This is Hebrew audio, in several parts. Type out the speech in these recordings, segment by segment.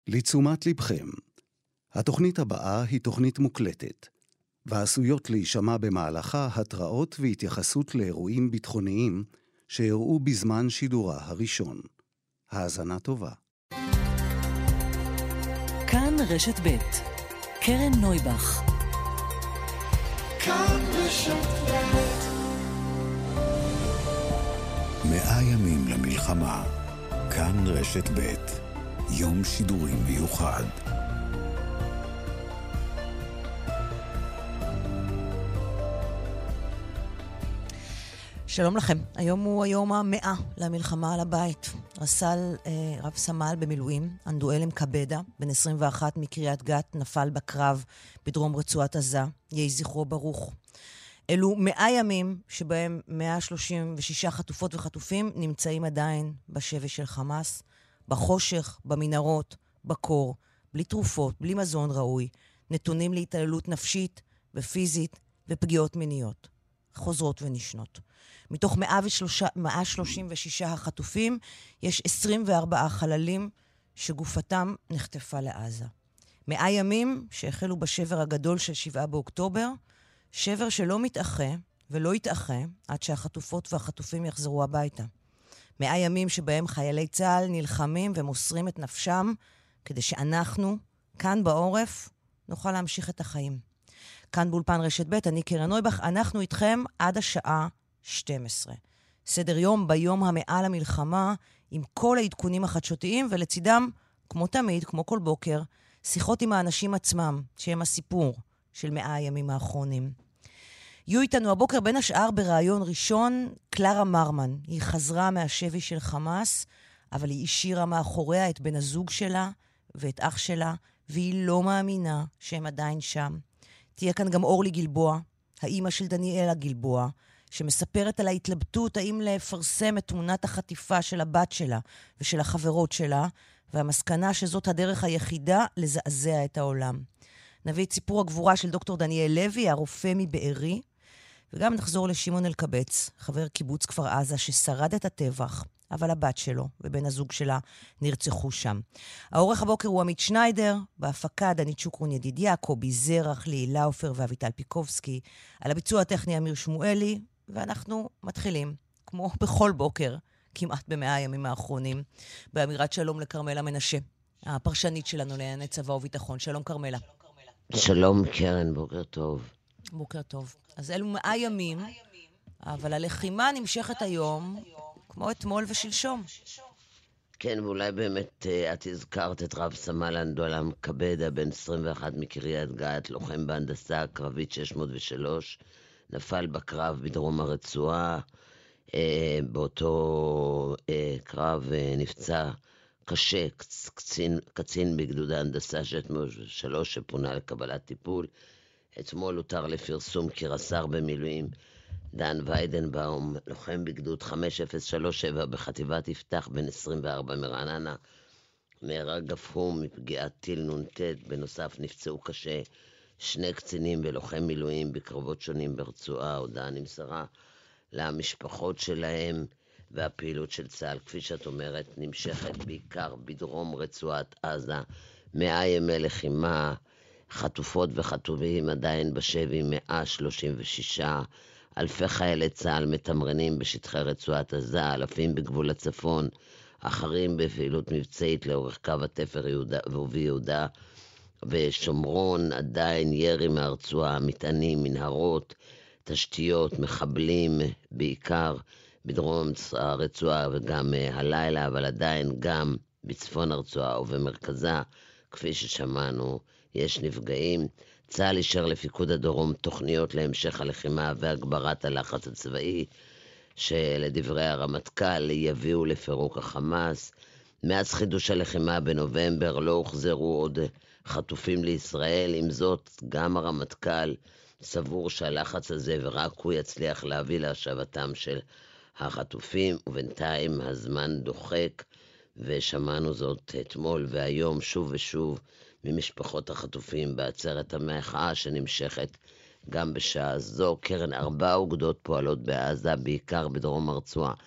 לתשומת לבכם, התוכנית הבאה היא תוכנית מוקלטת, ועשויות להישמע במהלכה התראות והתייחסות לאירועים ביטחוניים שאירעו בזמן שידורה הראשון. האזנה טובה. כאן רשת ב' קרן נויבך. כאן רשת ב' 100 ימים למלחמה. כאן רשת ב' יום שידורים מיוחד. שלום לכם, היום הוא היום ה100 למלחמה על הבית. רב סמל במילואים, אנדואל מקבדה, בן 21 מקריית גת, נפל בקרב בדרום רצועת עזה, יהי זכרו ברוך. אלו 100 ימים שבהם 136 חטופות וחטופים נמצאים עדיין בשבי של חמאס, בחושך, במנהרות, בקור, בלי תרופות, בלי מזון ראוי, נתונים להתעללות נפשית ופיזית ופגיעות מיניות, חוזרות ונשנות. מתוך 136 החטופים, יש 24 חללים שגופתם נחטפה לעזה. 100 ימים שהחלו בשבר הגדול של 7 באוקטובר, שבר שלא מתאחה ולא יתאחה עד שהחטופות והחטופים יחזרו הביתה. 100 ימים שבהם חיילי צה"ל נלחמים ומוסרים את נפשם, כדי שאנחנו, כאן בעורף, נוכל להמשיך את החיים. כאן באולפן רשת ב', אני קרן נויבך, אנחנו איתכם עד השעה 12. סדר יום ביום ה100 למלחמה, עם כל העדכונים החדשותיים, ולצידם, כמו תמיד, כמו כל בוקר, שיחות עם האנשים עצמם, שהם הסיפור של 100 הימים האחרונים. יהיו איתנו הבוקר בין השאר ברעיון ראשון, קלרה מרמן. היא חזרה מהשבי של חמאס, אבל היא השאירה מאחוריה את בן הזוג שלה ואת אח שלה, והיא לא מאמינה שהם עדיין שם. תהיה כאן גם אורלי גלבוע, האימא של דניאלה גלבוע, שמספרת על ההתלבטות האם לפרסם את תמונת החטיפה של הבת שלה ושל החברות שלה, והמסקנה שזאת הדרך היחידה לזעזע את העולם. נביא את סיפור הגבורה של דוקטור דניאל לוי, הרופא מבארי, וגם נחזור לשמעון אלקבץ, חבר קיבוץ כפר עזה ששרד את הטבח, אבל הבת שלו ובן הזוג שלה נרצחו שם. העורך הבוקר הוא עמית שניידר, בהפקה דנית שוקרון ידידיה, קובי זרח, לילה אופר ואביטל פיקובסקי, על הביצוע הטכני אמיר שמואלי, ואנחנו מתחילים, כמו בכל בוקר, כמעט ב100 הימים האחרונים, באמירת שלום לקרמלה מנשה, הפרשנית שלנו לענייני צבא וביטחון. שלום קרמלה. שלום קרן, בוקר טוב. בוקר טוב. אז אלו 100 ימים, אבל הלחימה נמשכת היום, כמו אתמול ושלשום. כן, ואולי באמת את הזכרת את רב סמל אנדואל מקבדה, בן 21 מקריית גת, לוחם בהנדסה קרבית 603, נפל בקרב בדרום הרצועה, באותו קרב נפצע קשה, קצין בגדוד ההנדסה 603 שפונה לקבלת טיפול. אתמול הותר לפרסום כי רס"ר במילואים דן ויידנבאום, לוחם בגדוד 5037 בחטיבת יפתח, בן 24 מרעננה, נהרג אף הוא מפגיעת טיל נ"ט. בנוסף נפצעו קשה 2 קצינים ולוחם מילואים בקרבות שונים ברצועה. הודעה נמסרה למשפחות שלהם, והפעילות של צה"ל, כפי שאת אומרת, נמשכת בעיקר בדרום רצועת עזה. 100 ימי לחימה, חטופות וחטופים עדיין בשבי 136, אלפי חיילי צה"ל מתמרנים בשטחי רצועת עזה, אלפים בגבול הצפון, אחרים בפעילות מבצעית לאורך קו התפר ויהודה ושומרון, עדיין ירי מהרצועה, מטענים, מנהרות, תשתיות, מחבלים, בעיקר בדרום הרצועה וגם הלילה, אבל עדיין גם בצפון הרצועה ובמרכזה, כפי ששמענו, יש נפגעים. צה"ל אישר לפיקוד הדרום תוכניות להמשך הלחימה והגברת הלחץ הצבאי, שלדברי הרמטכ"ל יביאו לפירוק החמאס. מאז חידוש הלחימה בנובמבר לא הוחזרו עוד חטופים לישראל. עם זאת, גם הרמטכ"ל סבור שהלחץ הזה ורק הוא יצליח להביא להשבתם של החטופים, ובינתיים הזמן דוחק, ושמענו זאת אתמול והיום שוב ושוב ממשפחות החטופים בעצרת המחאה שנמשכת גם בשעה זו. קרן, 4 אוגדות פועלות בעזה, בעיקר בדרום הרצועה,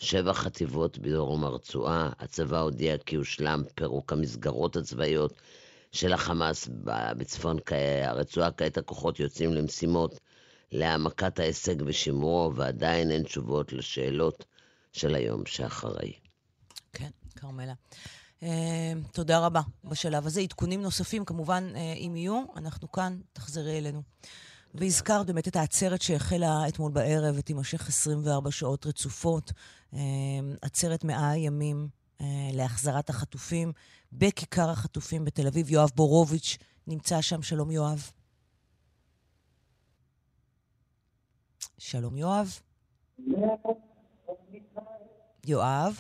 7 חטיבות בדרום הרצועה. הצבא הודיע כי הושלם פירוק המסגרות הצבאיות של החמאס בצפון הרצועה. כעת הכוחות יוצאים למשימות להעמקת ההישג ושימורו, ועדיין אין תשובות לשאלות של היום שאחרי. כן, כרמלה. תודה רבה בשלב הזה. עדכונים נוספים, כמובן, אם יהיו, אנחנו כאן, תחזרי אלינו. והזכרת באמת את העצרת שהחלה אתמול בערב ותימשך 24 שעות רצופות. עצרת 100 ימים להחזרת החטופים בכיכר החטופים בתל אביב. יואב בורוביץ' נמצא שם. שלום יואב. שלום יואב. יואב.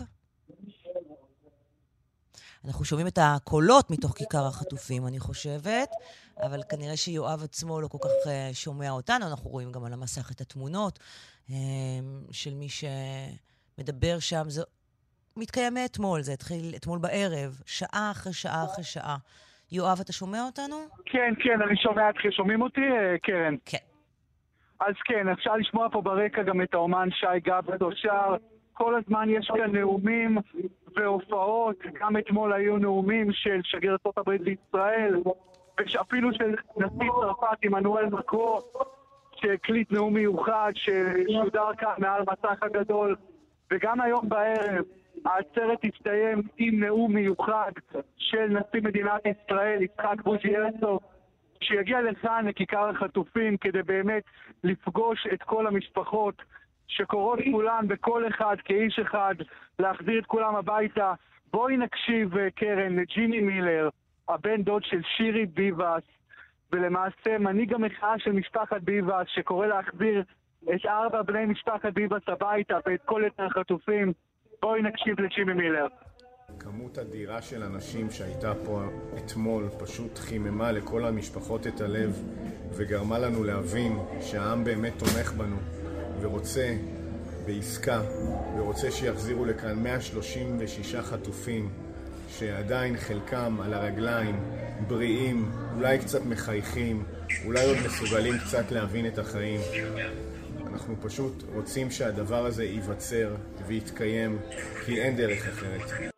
אנחנו שומעים את הקולות מתוך כיכר החטופים, אני חושבת, אבל כנראה שיואב עצמו לא כל כך שומע אותנו. אנחנו רואים גם על המסך את התמונות של מי שמדבר שם. זה מתקיים מאתמול, זה התחיל אתמול בערב, שעה אחרי שעה אחרי שעה. יואב, אתה שומע אותנו? כן, אני שומע אתכם. שומעים אותי, קרן? כן. אז כן, אפשר לשמוע פה ברקע גם את האומן שי גבדו שר. כל הזמן יש כאן נאומים והופעות. גם אתמול היו נאומים של שגריר ארצות הברית בישראל, ואפילו של נשיא צרפת עמנואל מקרון, שהקליט נאום מיוחד ששודר כאן מעל מסך הגדול. וגם היום בערב העצרת תסתיים עם נאום מיוחד של נשיא מדינת ישראל יצחק בוז'י הרצוג, שיגיע לכאן לכיכר החטופים כדי באמת לפגוש את כל המשפחות שקורות כולן בכל אחד כאיש אחד, להחזיר את כולם הביתה. בואי נקשיב, קרן, לג'ימי מילר, הבן דוד של שירי ביבס, ולמעשה מנהיג המחאה של משפחת ביבס, שקורא להחזיר את 4 בני משפחת ביבס הביתה ואת כל יתר החטופים. בואי נקשיב לג'ימי מילר. כמות אדירה של אנשים שהייתה פה אתמול פשוט חיממה לכל המשפחות את הלב, וגרמה לנו להבין שהעם באמת תומך בנו ורוצה בעסקה, ורוצה שיחזירו לכאן 136 חטופים שעדיין חלקם על הרגליים, בריאים, אולי קצת מחייכים, אולי עוד מסוגלים קצת להבין את החיים. אנחנו פשוט רוצים שהדבר הזה ייווצר ויתקיים, כי אין דרך אחרת.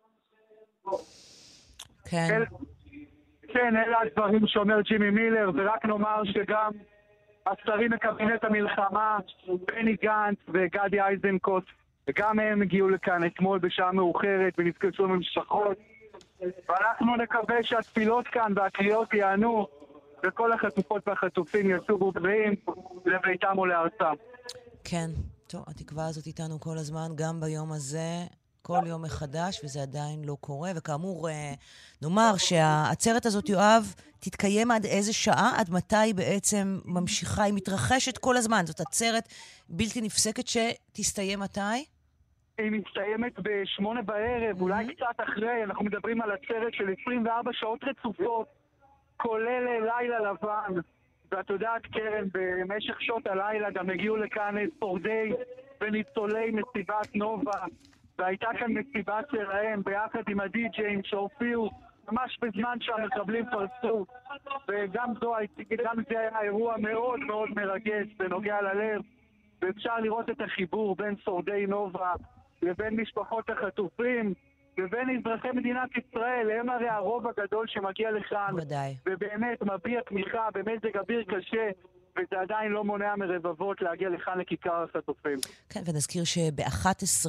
כן. כן, אלה הדברים שאומר ג'ימי מילר, ורק נאמר שגם השרים מקבינט המלחמה, בני גנץ וגדי איזנקוט, וגם הם הגיעו לכאן אתמול בשעה מאוחרת ונפגשו עם המשפחות, ואנחנו נקווה שהתפילות כאן והקריאות יענו, וכל החטופות והחטופים יצאו בריאים לביתם או לארצם. כן, טוב, התקווה הזאת איתנו כל הזמן, גם ביום הזה, כל יום מחדש, וזה עדיין לא קורה. וכאמור, נאמר שהעצרת הזאת, יואב, תתקיים עד איזה שעה? עד מתי בעצם ממשיכה? היא מתרחשת כל הזמן. זאת עצרת בלתי נפסקת שתסתיים מתי? היא מסתיימת ב8 בערב, אולי קצת אחרי. אנחנו מדברים על עצרת של 24 שעות רצופות, כולל לילה לבן. ואת יודעת, קרן, במשך שעות הלילה גם הגיעו לכאן שורדי וניצולי מסיבת נובה, והייתה כאן מסיבה שלהם ביחד עם הדי-ג'יים שהופיעו ממש בזמן שהמחבלים פרצו, וגם זה היה אירוע מאוד מאוד מרגש ונוגע ללב, ואפשר לראות את החיבור בין שורדי נובה לבין משפחות החטופים ובין אזרחי מדינת ישראל. הם הרי הרוב הגדול שמגיע לכאן, ודאי. ובאמת מביע תמיכה במזג אוויר קשה, וזה עדיין לא מונע מרבבות להגיע לכאן לכיכר החטופים. כן, ונזכיר שב-11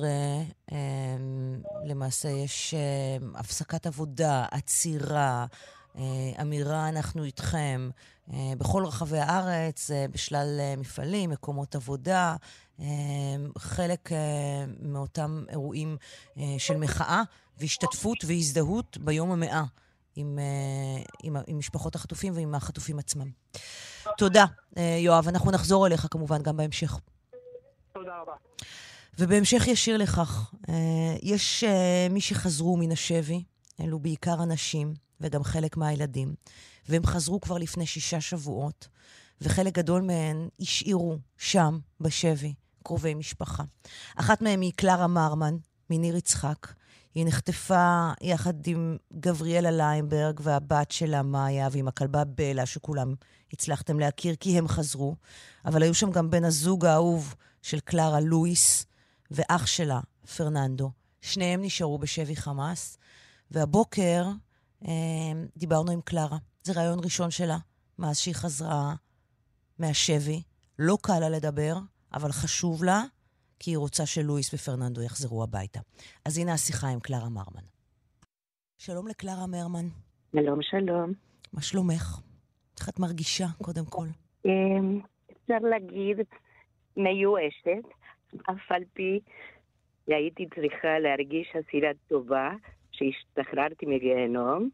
למעשה יש הפסקת עבודה, עצירה, אמירה אנחנו איתכם, בכל רחבי הארץ, בשלל מפעלים, מקומות עבודה, חלק מאותם אירועים של מחאה והשתתפות והזדהות ביום ה100 עם משפחות החטופים ועם החטופים עצמם. תודה, יואב. אנחנו נחזור אליך כמובן גם בהמשך. תודה רבה. ובהמשך ישיר לכך, יש מי שחזרו מן השבי, אלו בעיקר אנשים וגם חלק מהילדים, והם חזרו כבר לפני 6 שבועות, וחלק גדול מהן השאירו שם בשבי קרובי משפחה. אחת מהם היא קלרה מרמן מניר יצחק. היא נחטפה יחד עם גבריאלה ליימברג והבת שלה מאיה, ועם הכלבה בלה שכולם הצלחתם להכיר כי הם חזרו. אבל היו שם גם בן הזוג האהוב של קלרה, לואיס, ואח שלה פרננדו. שניהם נשארו בשבי חמאס, והבוקר דיברנו עם קלרה. זה רעיון ראשון שלה, מאז שהיא חזרה מהשבי. לא קל לה לדבר, אבל חשוב לה, כי היא רוצה שלואיס ופרננדו יחזרו הביתה. אז הנה השיחה עם קלרה מרמן. שלום לקלרה מרמן. שלום, שלום. מה שלומך? איך את מרגישה, קודם כל? אפשר להגיד מיואשת, אף על פי שהייתי צריכה להרגיש עשירה טובה, שהשתחררתי מגיהנום,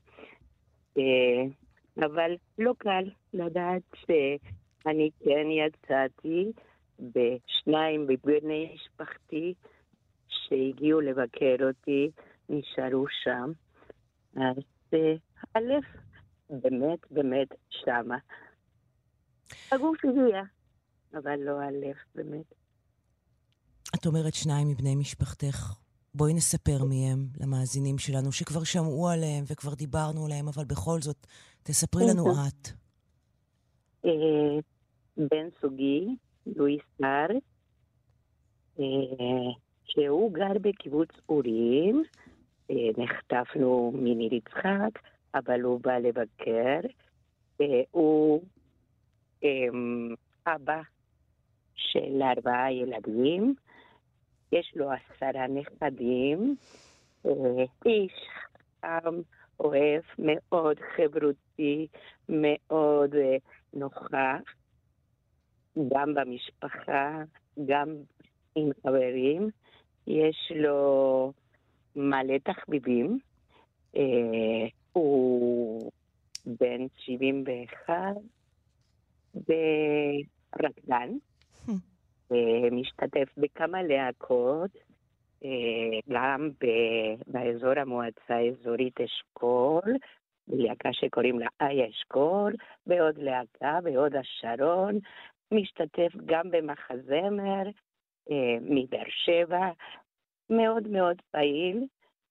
אבל לא קל לדעת שאני כן יצאתי בשניים מבני משפחתי שהגיעו לבקר אותי, נשארו שם. אז א', באמת שמה. הגוף הגיע, אבל לא הלב, באמת. את אומרת שניים מבני משפחתך. בואי נספר מהם למאזינים שלנו, שכבר שמעו עליהם וכבר דיברנו עליהם, אבל בכל זאת, תספרי לנו את. בן זוגי, לואיס סער, שהוא גר בקיבוץ אורים, נחטפנו מניר יצחק, אבל הוא בא לבקר. הוא אבא של 4 ילדים, יש לו 10 נכדים, איש אוהב, מאוד חברותי, מאוד נוכח, גם במשפחה, גם עם חברים. יש לו מלא תחביבים, הוא בן 71, ברקדן, משתתף בכמה להקות, גם באזור המועצה האזורית אשכול, בלהקה שקוראים לה איה אשכול, בעוד להקה, בעוד השרון, משתתף גם במחזמר, מבאר שבע, מאוד מאוד פעיל,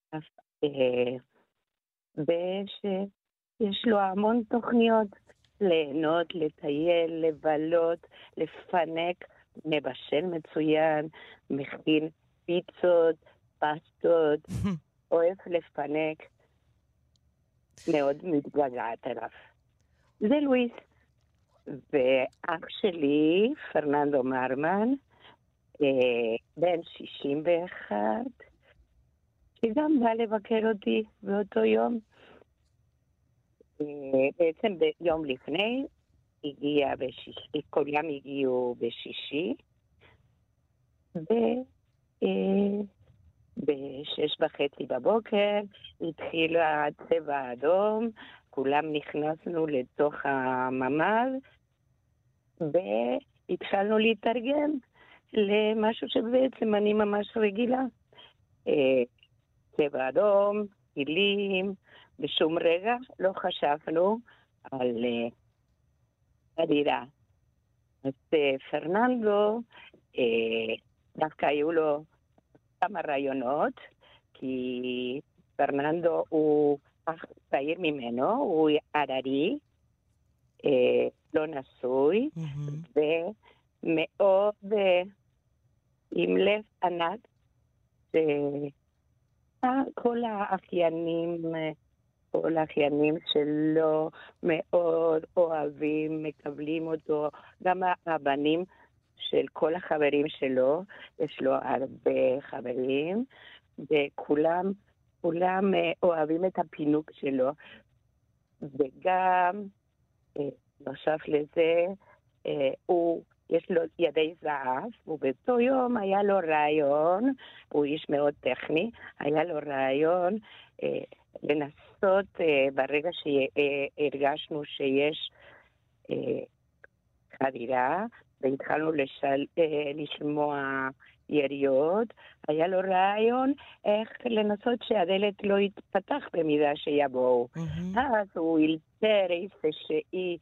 ויש לו המון תוכניות, ליהנות, לטייל, לבלות, לפנק, מבשל מצוין, מכין פיצות, פסטות, אוהב לפנק, מאוד מתגעגעת אליו. זה לואיס. ואח שלי, פרננדו מרמן, בן 61, שגם בא לבקר אותי באותו יום. בעצם ביום לפני, הגיע בשישי, כולם הגיעו בשישי, ב6:30 בבוקר, התחיל הצבע האדום, כולם נכנסנו לתוך הממ"ד, והתחלנו להתארגן למשהו שבעצם אני ממש רגילה. צבע אדום, גילים, בשום רגע לא חשבנו על הדירה. אז פרננדו, דווקא היו לו כמה רעיונות, כי פרננדו הוא אח צעיר ממנו, הוא עררי, לא נשוי, ומאוד עם לב ענק, כל האחיינים שלו מאוד אוהבים, מקבלים אותו, גם הבנים של כל החברים שלו, יש לו הרבה חברים, וכולם אוהבים את הפינוק שלו, וגם נוסף לזה, יש לו ידי זהב, ובאותו יום היה לו רעיון, הוא איש מאוד טכני, היה לו רעיון לנסות ברגע שהרגשנו שיש חדירה, והתחלנו לשמוע יריות, היה לו רעיון איך לנסות שהדלת לא יתפתח במידה שיבואו. אז הוא ילתר איזושהי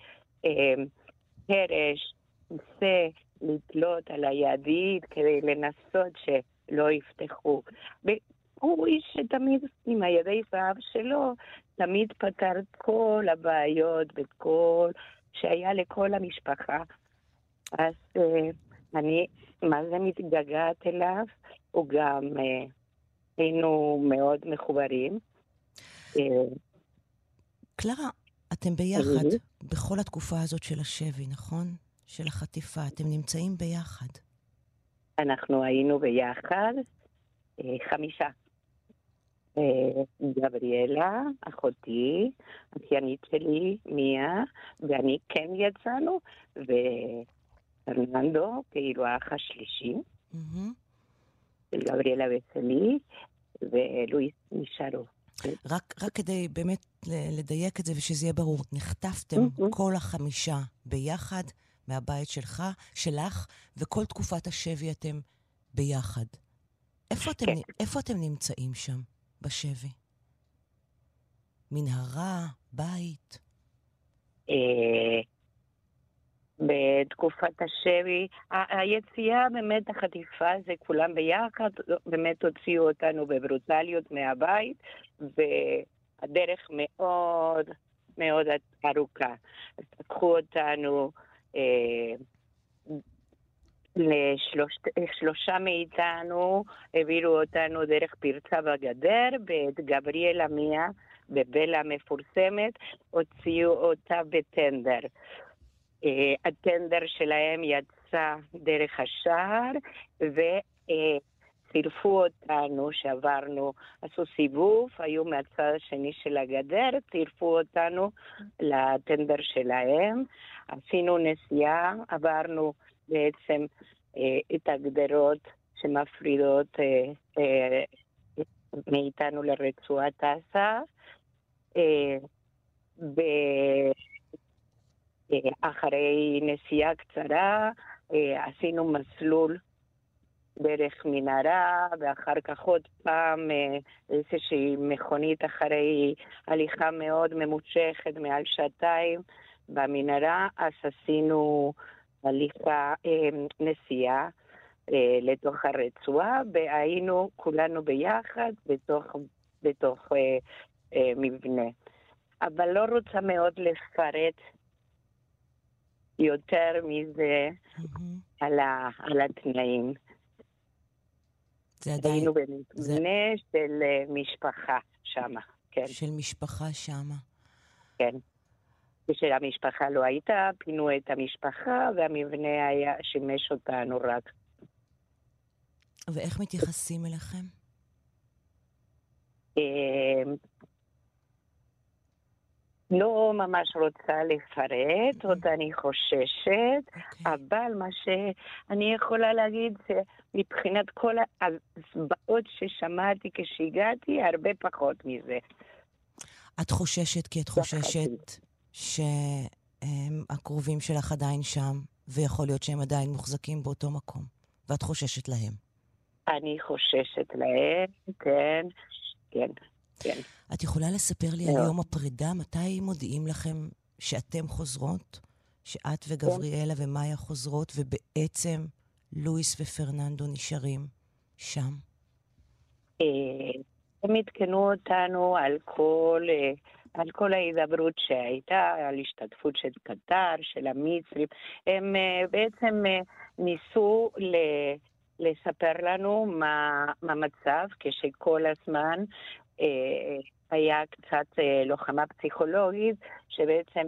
הרש, ניסה לתלות על הידית כדי לנסות שלא יפתחו. הוא איש שתמיד עם הידי זהב שלו, תמיד פתר את כל הבעיות בכל שהיה לכל המשפחה. אז אני מה זה מתגעגעת אליו, הוא גם, היינו מאוד מחוברים. קלרה, אתם ביחד בכל התקופה הזאת של השבי, נכון? של החטיפה, אתם נמצאים ביחד. אנחנו היינו ביחד 5. גבריאלה, אחותי, אחיינית שלי, מיה, ואני כן יצאנו, ופרננדו, כאילו האח השלישי, של גבריאלה ושלי, ולואיס נשארו. רק כדי באמת לדייק את זה ושזה יהיה ברור, נחטפתם כל 5 ביחד מהבית שלך, וכל תקופת השבי אתם ביחד. איפה אתם נמצאים שם בשבי? מנהרה, בית? בתקופת השבי, היציאה באמת החטיפה זה כולם ביחד, באמת הוציאו אותנו בברוטליות מהבית, והדרך מאוד מאוד ארוכה. לקחו אותנו, 3 מאיתנו, העבירו אותנו דרך פרצה בגדר, ואת גבריאלה מיה, בבלה המפורסמת, הוציאו אותה בטנדר. הטנדר שלהם יצא דרך השער, וצירפו אותנו, שעברנו, עשו סיבוב, היו מהצד השני של הגדר, צירפו אותנו לטנדר שלהם, עשינו נסיעה, עברנו בעצם את הגדרות שמפרידות מאיתנו לרצועת עזה, אחרי נסיעה קצרה עשינו מסלול דרך מנהרה, ואחר כך עוד פעם איזושהי מכונית אחרי הליכה מאוד ממושכת מעל 2 במנהרה, אז עשינו הליכה, נסיעה לתוך הרצועה, והיינו כולנו ביחד בתוך מבנה. אבל לא רוצה מאוד לפרט יותר מזה על התנאים. היינו במבנה של משפחה שמה, כן. של משפחה שמה. כן. כשהמשפחה לא הייתה, פינו את המשפחה, והמבנה היה שימש אותנו רק. ואיך מתייחסים אליכם? לא ממש רוצה לפרט, עוד אני חוששת, אבל מה שאני יכולה להגיד זה מבחינת כל הזוועות ששמעתי כשהגעתי, הרבה פחות מזה. את חוששת כי את חוששת שהקרובים שלך עדיין שם, ויכול להיות שהם עדיין מוחזקים באותו מקום, ואת חוששת להם. אני חוששת להם, כן, כן. כן. את יכולה לספר לי על יום הפרידה? מתי מודיעים לכם שאתם חוזרות? שאת וגבריאלה ומאיה חוזרות, ובעצם לואיס ופרננדו נשארים שם? הם התקנו אותנו על כל ההידברות שהייתה, על השתתפות של קטר, של המצרים. הם בעצם ניסו לספר לנו מה המצב, כשכל הזמן היה קצת לוחמה פסיכולוגית, שבעצם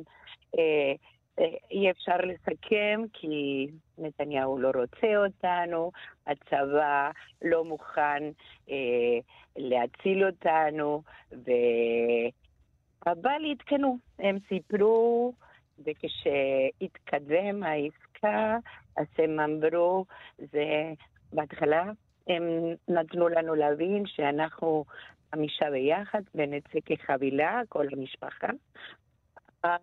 אי אפשר לסכם, כי נתניהו לא רוצה אותנו, הצבא לא מוכן להציל אותנו, אבל התקנו, הם סיפרו, וכשהתקדם העסקה, אז הם אמרו, זה בהתחלה, הם נתנו לנו להבין שאנחנו 5 ביחד, ונצא כחבילה, כל המשפחה, עד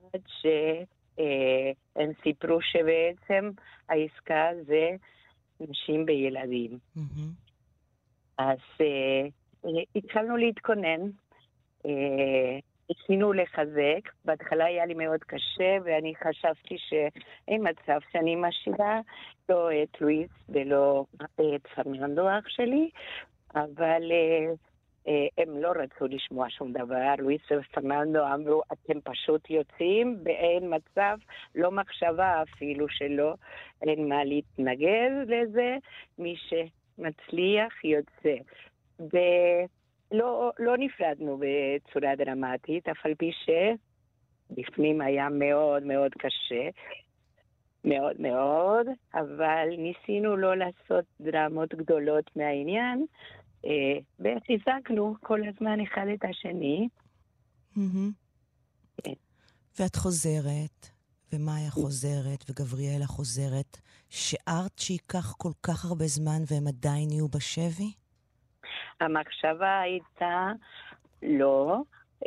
שהם סיפרו שבעצם העסקה זה נשים וילדים. אז התחלנו להתכונן, ניסינו לחזק, בהתחלה היה לי מאוד קשה, ואני חשבתי שאין מצב שאני משאירה לא את לואיס ולא את פרננדו אח שלי, אבל הם לא רצו לשמוע שום דבר. לואיס ופרננדו אמרו, אתם פשוט יוצאים, ואין מצב, לא מחשבה אפילו שלא, אין מה להתנגד לזה, מי מצליח, יוצא. ולא נפרדנו בצורה דרמטית, אף על פי שבפנים היה מאוד מאוד קשה, מאוד מאוד, אבל ניסינו לא לעשות דרמות גדולות מהעניין, וחיזקנו כל הזמן אחד את השני. ואת חוזרת, ומאיה חוזרת, וגבריאלה חוזרת. שערת שייקח כל כך הרבה זמן והם עדיין יהיו בשבי? המחשבה הייתה לא,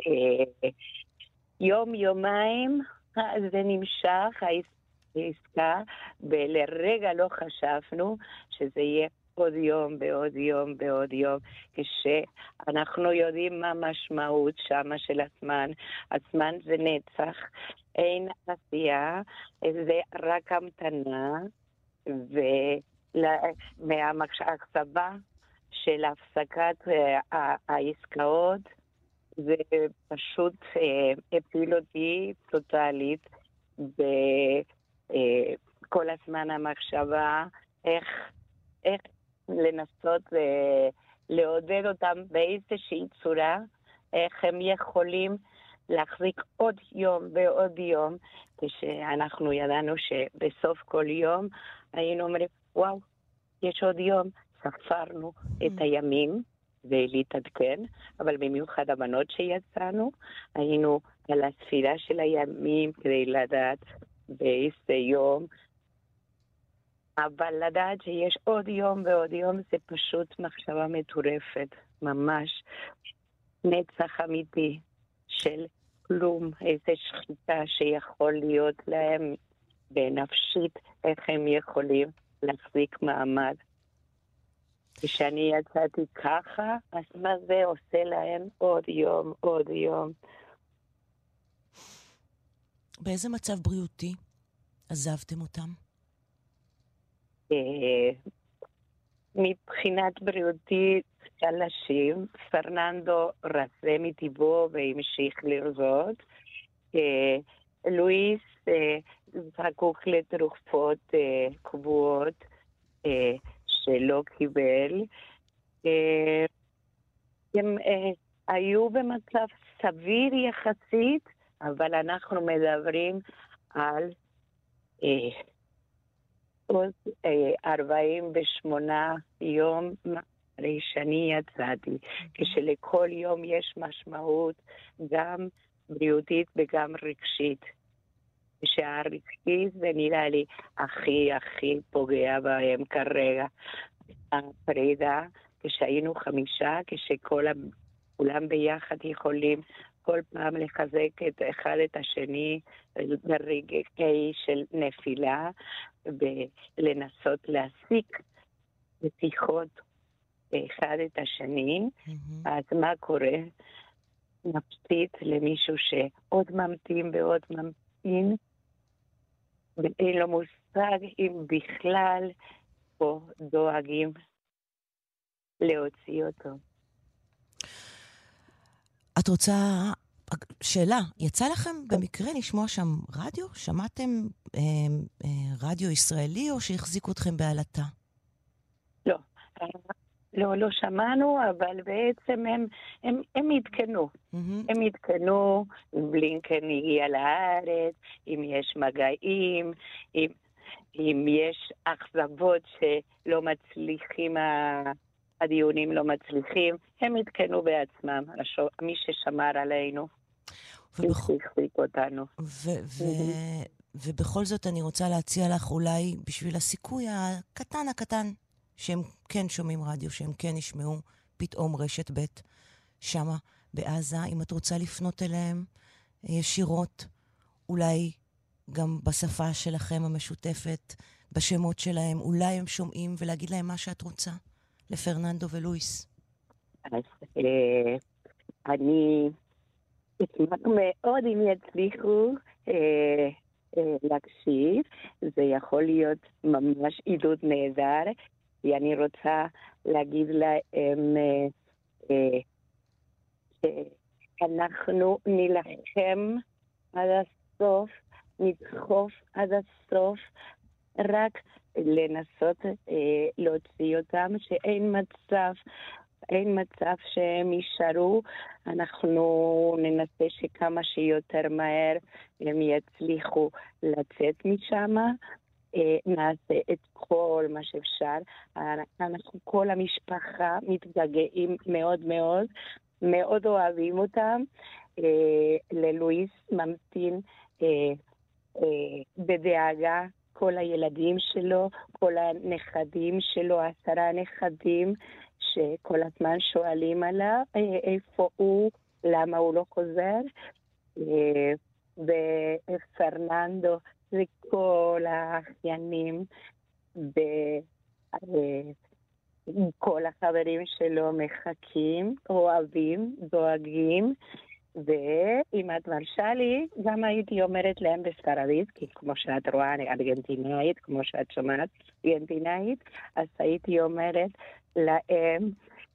יום-יומיים זה נמשך, העסקה, ולרגע לא חשבנו שזה יהיה עוד יום ועוד יום ועוד יום, כשאנחנו יודעים מה המשמעות שמה של הזמן. הזמן זה נצח, אין עשייה, זה רק המתנה, ומהמחשבה של הפסקת העסקאות, זה פשוט הפיל אותי טוטלית, וכל הזמן המחשבה איך לנסות לעודד אותם באיזושהי צורה, איך הם יכולים להחזיק עוד יום ועוד יום, כשאנחנו ידענו שבסוף כל יום היינו אומרים, וואו, יש עוד יום, ספרנו את הימים ולהתעדכן, אבל במיוחד הבנות שיצאנו, היינו על הספירה של הימים כדי לדעת באיזה יום, אבל לדעת שיש עוד יום ועוד יום זה פשוט מחשבה מטורפת, ממש נצח אמיתי של כלום, איזו שחיטה שיכול להיות להם בנפשית, איך הם יכולים להחזיק מעמד. כשאני יצאתי ככה, אז מה זה עושה להם עוד יום, עוד יום. באיזה מצב בריאותי עזבתם אותם? מבחינת בריאותית חלשים, פרננדו רזה מטבעו והמשיך לרזות. לואיס זקוק לתרופות קבועות שלא קיבל. הם היו במצב סביר יחסית, אבל אנחנו מדברים על עוד 48 יום אחרי שאני יצאתי, כשלכל יום יש משמעות גם בריאותית וגם רגשית. כשהרגשית זה נראה לי הכי פוגע בהם כרגע. הפרידה, כשהיינו 5, כשכולם ביחד יכולים כל פעם לחזק את אחד את השני ברגעי של נפילה, ולנסות להסיק בשיחות אחד את השני. אז מה קורה? נפשית למישהו שעוד ממתין ועוד ממתין, ואין לו מושג אם בכלל פה דואגים להוציא אותו. את רוצה... שאלה, יצא לכם במקרה לשמוע שם רדיו? שמעתם רדיו ישראלי או שהחזיקו אתכם בעלתה? לא שמענו, אבל בעצם הם התקנו. הם התקנו, אם בלינקן הגיע לארץ, אם יש מגעים, אם יש אכזבות שלא מצליחים, הדיונים לא מצליחים, הם התקנו בעצמם, מי ששמר עלינו. ובכל זאת אני רוצה להציע לך אולי בשביל הסיכוי הקטן שהם כן שומעים רדיו, שהם כן ישמעו פתאום רשת ב' שמה בעזה, אם את רוצה לפנות אליהם ישירות, אולי גם בשפה שלכם המשותפת, בשמות שלהם, אולי הם שומעים ולהגיד להם מה שאת רוצה, לפרננדו ולואיס. אז אני אשמח מאוד אם יצליחו להקשיב, זה יכול להיות ממש עידוד נהדר, כי אני רוצה להגיד להם שאנחנו נלחם עד הסוף, נדחוף עד הסוף, רק לנסות להוציא אותם, שאין מצב שהם יישארו. אנחנו ננסה שכמה שיותר מהר הם יצליחו לצאת משם. נעשה את כל מה שאפשר. אנחנו כל המשפחה מתגעגעים מאוד מאוד, מאוד אוהבים אותם. ללואיס ממתין בדאגה כל הילדים שלו, כל הנכדים שלו, 10 נכדים, שכל הזמן שואלים עליו איפה הוא, למה הוא לא חוזר. ופרננדו וכל האחיינים וכל החברים שלו מחכים, אוהבים, דואגים. ואם את מרשה לי, גם הייתי אומרת להם בספרדית, כי כמו שאת רואה, אני ארגנטינאית, כמו שאת שומעת, ארגנטינאית, אז הייתי אומרת להם,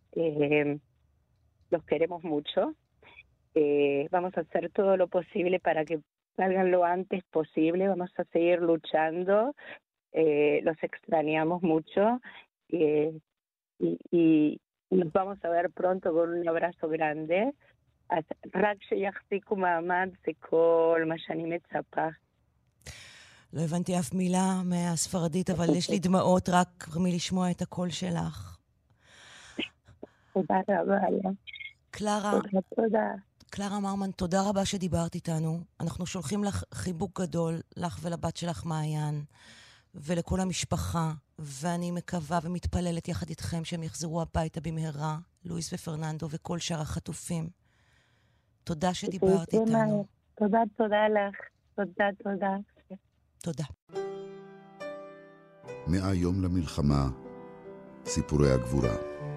los queremos mucho, vamos a hacer todo lo posible para que salgan lo antes posible, vamos a seguir luchando, los extrañamos mucho, y nos vamos a ver pronto con un abrazo grande. אז רק שיחזיקו מעמד זה כל מה שאני מצפה. לא הבנתי אף מילה מהספרדית, אבל יש לי דמעות רק מלשמוע את הקול שלך. תודה רבה. תודה. קלרה מרמן, תודה רבה שדיברת איתנו. אנחנו שולחים לך חיבוק גדול, לך ולבת שלך מעיין, ולכל המשפחה, ואני מקווה ומתפללת יחד איתכם שהם יחזרו הביתה במהרה, לואיס ופרננדו וכל שאר החטופים. תודה שדיברת איתנו. תודה לך. תודה. 100 יום למלחמה, סיפורי הגבורה.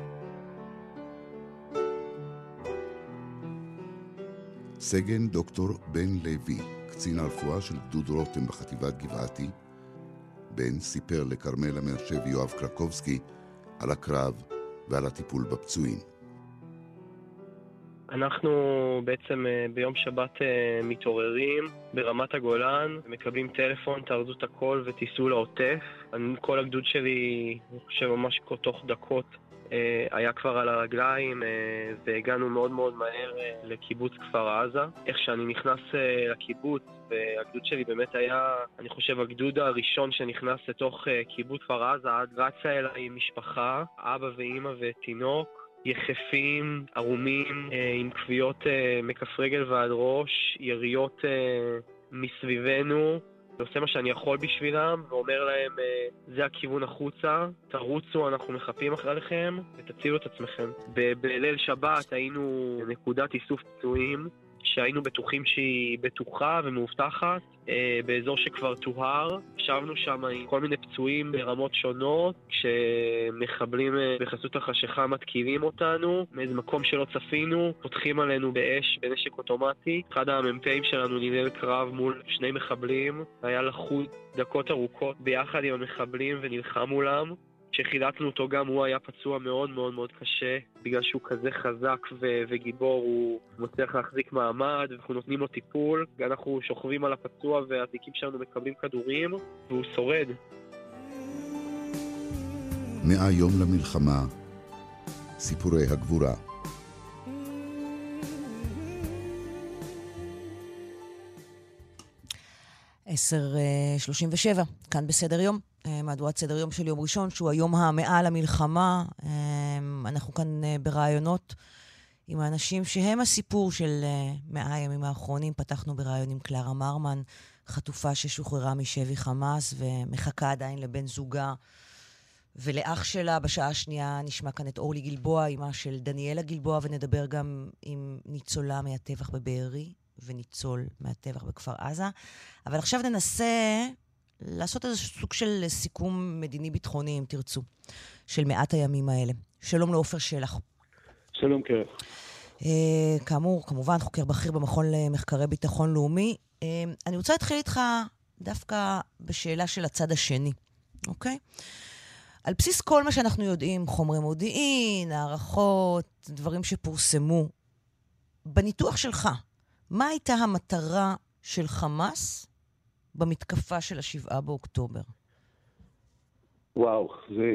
סגן דוקטור בן לוי, קצין הרפואה של גדוד רותם בחטיבת גבעתי, בן סיפר לקרמל המרשב יואב קרקובסקי על הקרב ועל הטיפול בפצועים. אנחנו בעצם ביום שבת מתעוררים ברמת הגולן, מקבלים טלפון, תארזו את הכל ותיסעו לעוטף. כל הגדוד שלי, אני חושב ממש תוך דקות, היה כבר על הרגליים, והגענו מאוד מאוד מהר לקיבוץ כפר עזה. איך שאני נכנס לקיבוץ, והגדוד שלי באמת היה, אני חושב, הגדוד הראשון שנכנס לתוך קיבוץ כפר עזה, רצה אליי משפחה, אבא ואמא ותינוק, יחפים, ערומים, עם כוויות מכף רגל ועד ראש, יריות מסביבנו. עושה מה שאני יכול בשבילם, ואומר להם, זה הכיוון החוצה, תרוצו, אנחנו מחפים אחריכם, ותצילו את עצמכם. בליל שבת היינו נקודת איסוף פצועים, שהיינו בטוחים שהיא בטוחה ומאובטחת, באזור שכבר טוהר. ישבנו שם עם כל מיני פצועים ברמות שונות, כשמחבלים בחסות החשיכה מתקילים אותנו, מאיזה מקום שלא צפינו, פותחים עלינו באש, בנשק אוטומטי. אחד המ"פים שלנו ניהל קרב מול 2 מחבלים, היה לחוד דקות ארוכות ביחד עם המחבלים ונלחם מולם. כשחילצנו אותו גם הוא היה פצוע מאוד מאוד מאוד קשה, בגלל שהוא כזה חזק וגיבור, הוא מצליח להחזיק מעמד, ואנחנו נותנים לו טיפול, ואנחנו שוכבים על הפצוע והזיקים שלנו מקבלים כדורים, והוא שורד. 100 יום למלחמה, סיפורי הגבורה. עשר 37, כאן בסדר יום. מהדורת סדר יום של יום ראשון, שהוא היום ה100 למלחמה. אנחנו כאן ברעיונות עם האנשים שהם הסיפור של 100 הימים האחרונים. פתחנו ברעיון עם קלרה מרמן, חטופה ששוחררה משבי חמאס ומחכה עדיין לבן זוגה ולאח שלה. בשעה השנייה נשמע כאן את אורלי גלבוע, אמא של דניאלה גלבוע, ונדבר גם עם ניצולה מהטבח בבארי וניצול מהטבח בכפר עזה. אבל עכשיו ננסה לעשות איזה סוג של סיכום מדיני-ביטחוני, אם תרצו, של 100 הימים האלה. שלום לעופר שלח. שלום קרן. כאמור, כמובן, חוקר בכיר במכון למחקרי ביטחון לאומי. אני רוצה להתחיל איתך דווקא בשאלה של הצד השני, אוקיי? על בסיס כל מה שאנחנו יודעים, חומרי מודיעין, הערכות, דברים שפורסמו, בניתוח שלך, מה הייתה המטרה של חמאס במתקפה של 7 באוקטובר? וואו,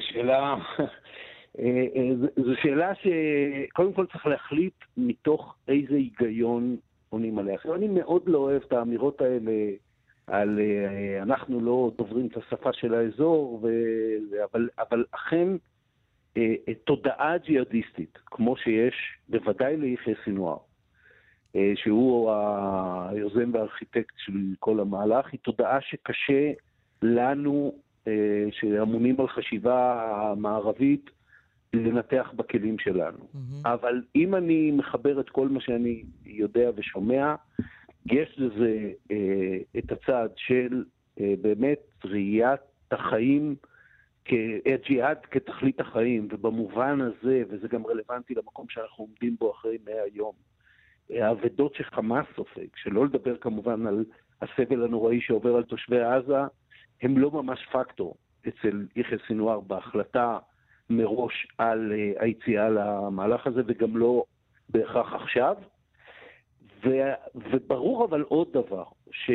זו שאלה שקודם כל צריך להחליט מתוך איזה היגיון עונים עליה. אני מאוד לא אוהב את האמירות האלה על אנחנו לא דוברים את השפה של האזור, אבל אכן תודעה ג'יהאדיסטית, כמו שיש בוודאי ליחיא סינואר, שהוא היוזם והארכיטקט של כל המהלך, היא תודעה שקשה לנו, שאמונים על חשיבה המערבית, לנתח בכלים שלנו. אבל אם אני מחבר את כל מה שאני יודע ושומע, יש לזה את הצד של באמת ראיית החיים, הג'יהאד כתכלית החיים, ובמובן הזה, וזה גם רלוונטי למקום שאנחנו עומדים בו אחרי 100 יום, העבדות שחמאס סופג, שלא לדבר כמובן על הסבל הנוראי שעובר על תושבי עזה, הם לא ממש פקטור אצל יחיא סינואר בהחלטה מראש על היציאה למהלך הזה, וגם לא בהכרח עכשיו. וברור אבל עוד דבר,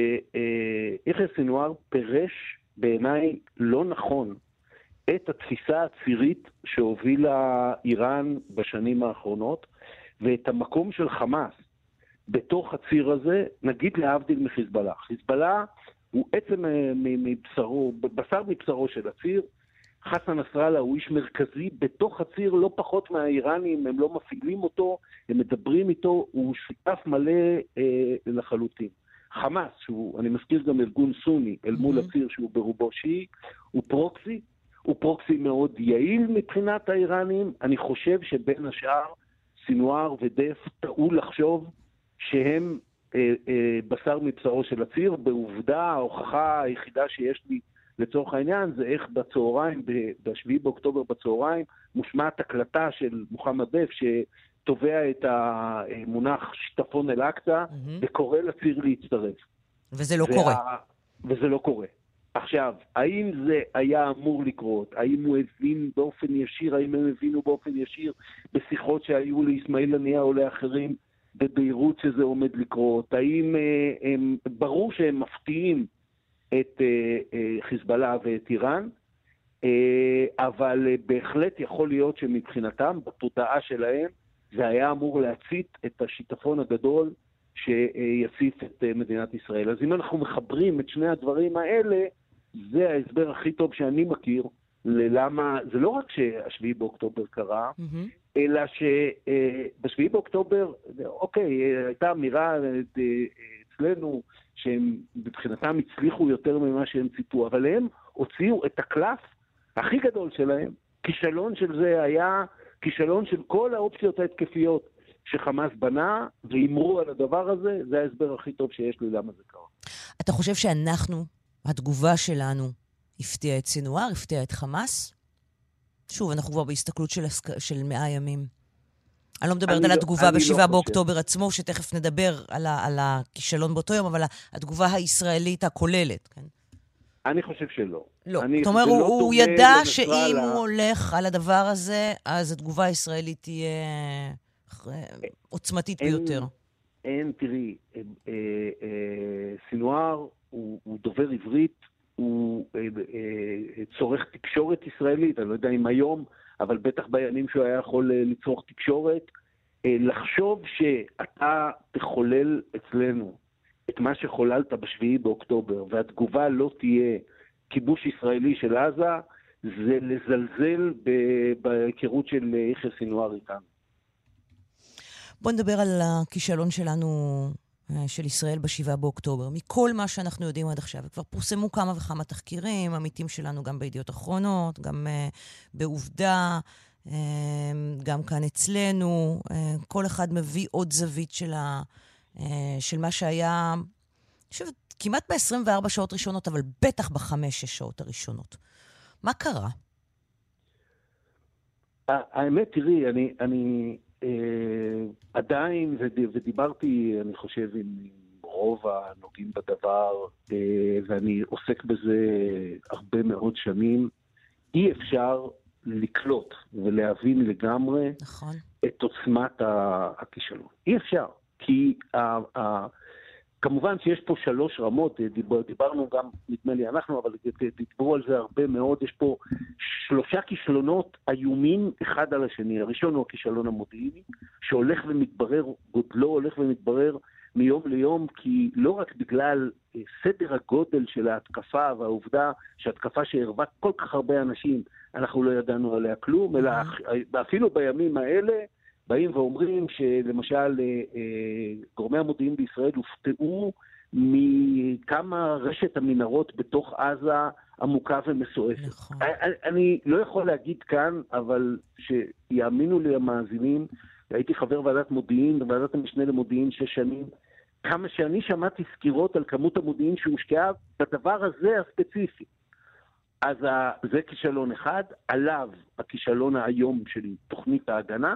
שיחיא סינואר פירש בעיניי לא נכון את התפיסה הצירית שהובילה איראן בשנים האחרונות, ואת המקום של חמאס בתוך הציר הזה, נגיד להבדיל מחיזבאללה. חיזבאללה הוא עצם מבשרו, בשר מבשרו של הציר. חסן נסראללה הוא איש מרכזי בתוך הציר, לא פחות מהאיראנים, הם לא מפעילים אותו, הם מדברים איתו, הוא שותף מלא לחלוטין. חמאס, אני מזכיר גם ארגון סוני, אל מול הציר שהוא ברובו שיעי, הוא פרוקסי מאוד יעיל מבחינת האיראנים. אני חושב שבין השאר סינואר ודף טעו לחשוב שהם בשר מבשרו של הציר. בעובדה, ההוכחה היחידה שיש לי לצורך העניין זה איך בצהריים, ב-7 באוקטובר בצהריים, מושמעת הקלטה של מוחמד דף שתובע את המונח שיטפון אל-אקצא וקורא לציר להצטרף. וזה לא קורה. וזה לא קורה. עכשיו, האם זה היה אמור לקרות? האם הוא הבין באופן ישיר? האם הם הבינו באופן ישיר בשיחות שהיו לאסמאעיל הנייה או לאחרים בביירות שזה עומד לקרות? האם ברור שהם מפתיעים את חיזבאללה ואת איראן, אבל בהחלט יכול להיות שמבחינתם, בתודעה שלהם, זה היה אמור להצית את השיטפון הגדול שיציף את מדינת ישראל. אז אם אנחנו מחברים את שני הדברים האלה, זה ההסבר הכי טוב שאני מכיר ללמה, זה לא רק שהשביעי באוקטובר קרה, אלא שבשביעי באוקטובר, אוקיי, הייתה אמירה אצלנו, שהם מבחינתם הצליחו יותר ממה שהם ציפו, אבל הם הוציאו את הקלף הכי גדול שלהם. כישלון של זה היה כישלון של כל האופציות ההתקפיות שחמאס בנה, ואמרו על הדבר הזה, זה ההסבר הכי טוב שיש לי למה זה קרה. אתה חושב שאנחנו, התגובה שלנו, הפתיעה את סינואר, הפתיעה את חמאס? שוב, אנחנו כבר בהסתכלות של 100 ימים. אני לא מדברת על התגובה ב7 באוקטובר עצמו, שתכף נדבר על הכישלון באותו יום, אבל התגובה הישראלית הכוללת, כן? אני חושב שלא. לא. זאת אומרת, הוא ידע שאם הוא הולך על הדבר הזה, אז התגובה הישראלית תהיה עוצמתית ביותר. אין, תראי, סינואר הוא דובר עברית, הוא צורך תקשורת ישראלית, אני לא יודע אם היום, אבל בטח בימים שהוא היה יכול לצרוך תקשורת, לחשוב שאתה תחולל אצלנו את מה שחוללת בשביעי באוקטובר, והתגובה לא תהיה כיבוש ישראלי של עזה, זה לזלזל בהיכרות של יחיא סינואר איתנו. בוא נדבר על הכישלון שלנו, של ישראל ב7 באוקטובר. מכל מה שאנחנו יודעים עד עכשיו, כבר פורסמו כמה וכמה תחקירים, עמיתים שלנו גם בידיעות אחרונות, גם בעובדה, גם כאן אצלנו, כל אחד מביא עוד זווית של מה שהיה, אני חושבת, כמעט ב-24 שעות ראשונות, אבל בטח ב5-6 שעות הראשונות. מה קרה? האמת, תראי, אני עדיין, ודיברתי, אני חושב, עם רוב הנוגעים בדבר, ואני עוסק בזה הרבה מאוד שנים, אי אפשר לקלוט ולהבין לגמרי את עוצמת הכישלון. אי אפשר, כי כמובן שיש פה 3 רמות, דיברנו גם, נדמה לי אנחנו, אבל דיברו על זה הרבה מאוד, יש פה 3 כישלונות איומים אחד על השני. הראשון הוא הכישלון המודיעיני, שהולך ומתברר, גודלו הולך ומתברר מיום ליום, כי לא רק בגלל סדר הגודל של ההתקפה והעובדה שהתקפה שהרבה כל כך הרבה אנשים, אנחנו לא ידענו עליה כלום, אלא אפילו בימים האלה, באים ואומרים שלמשל גורמי המודיעין בישראל הופתעו מכמה רשת המנהרות בתוך עזה עמוקה ומסועפת. נכון. אני לא יכול להגיד כאן, אבל שיאמינו לי המאזינים, הייתי חבר ועדת מודיעין, ועדת המשנה למודיעין 6 שנים, כמה שאני שמעתי סקירות על כמות המודיעין שהושקעה בדבר הזה הספציפי. אז זה כישלון אחד, עליו הכישלון היום של תוכנית ההגנה,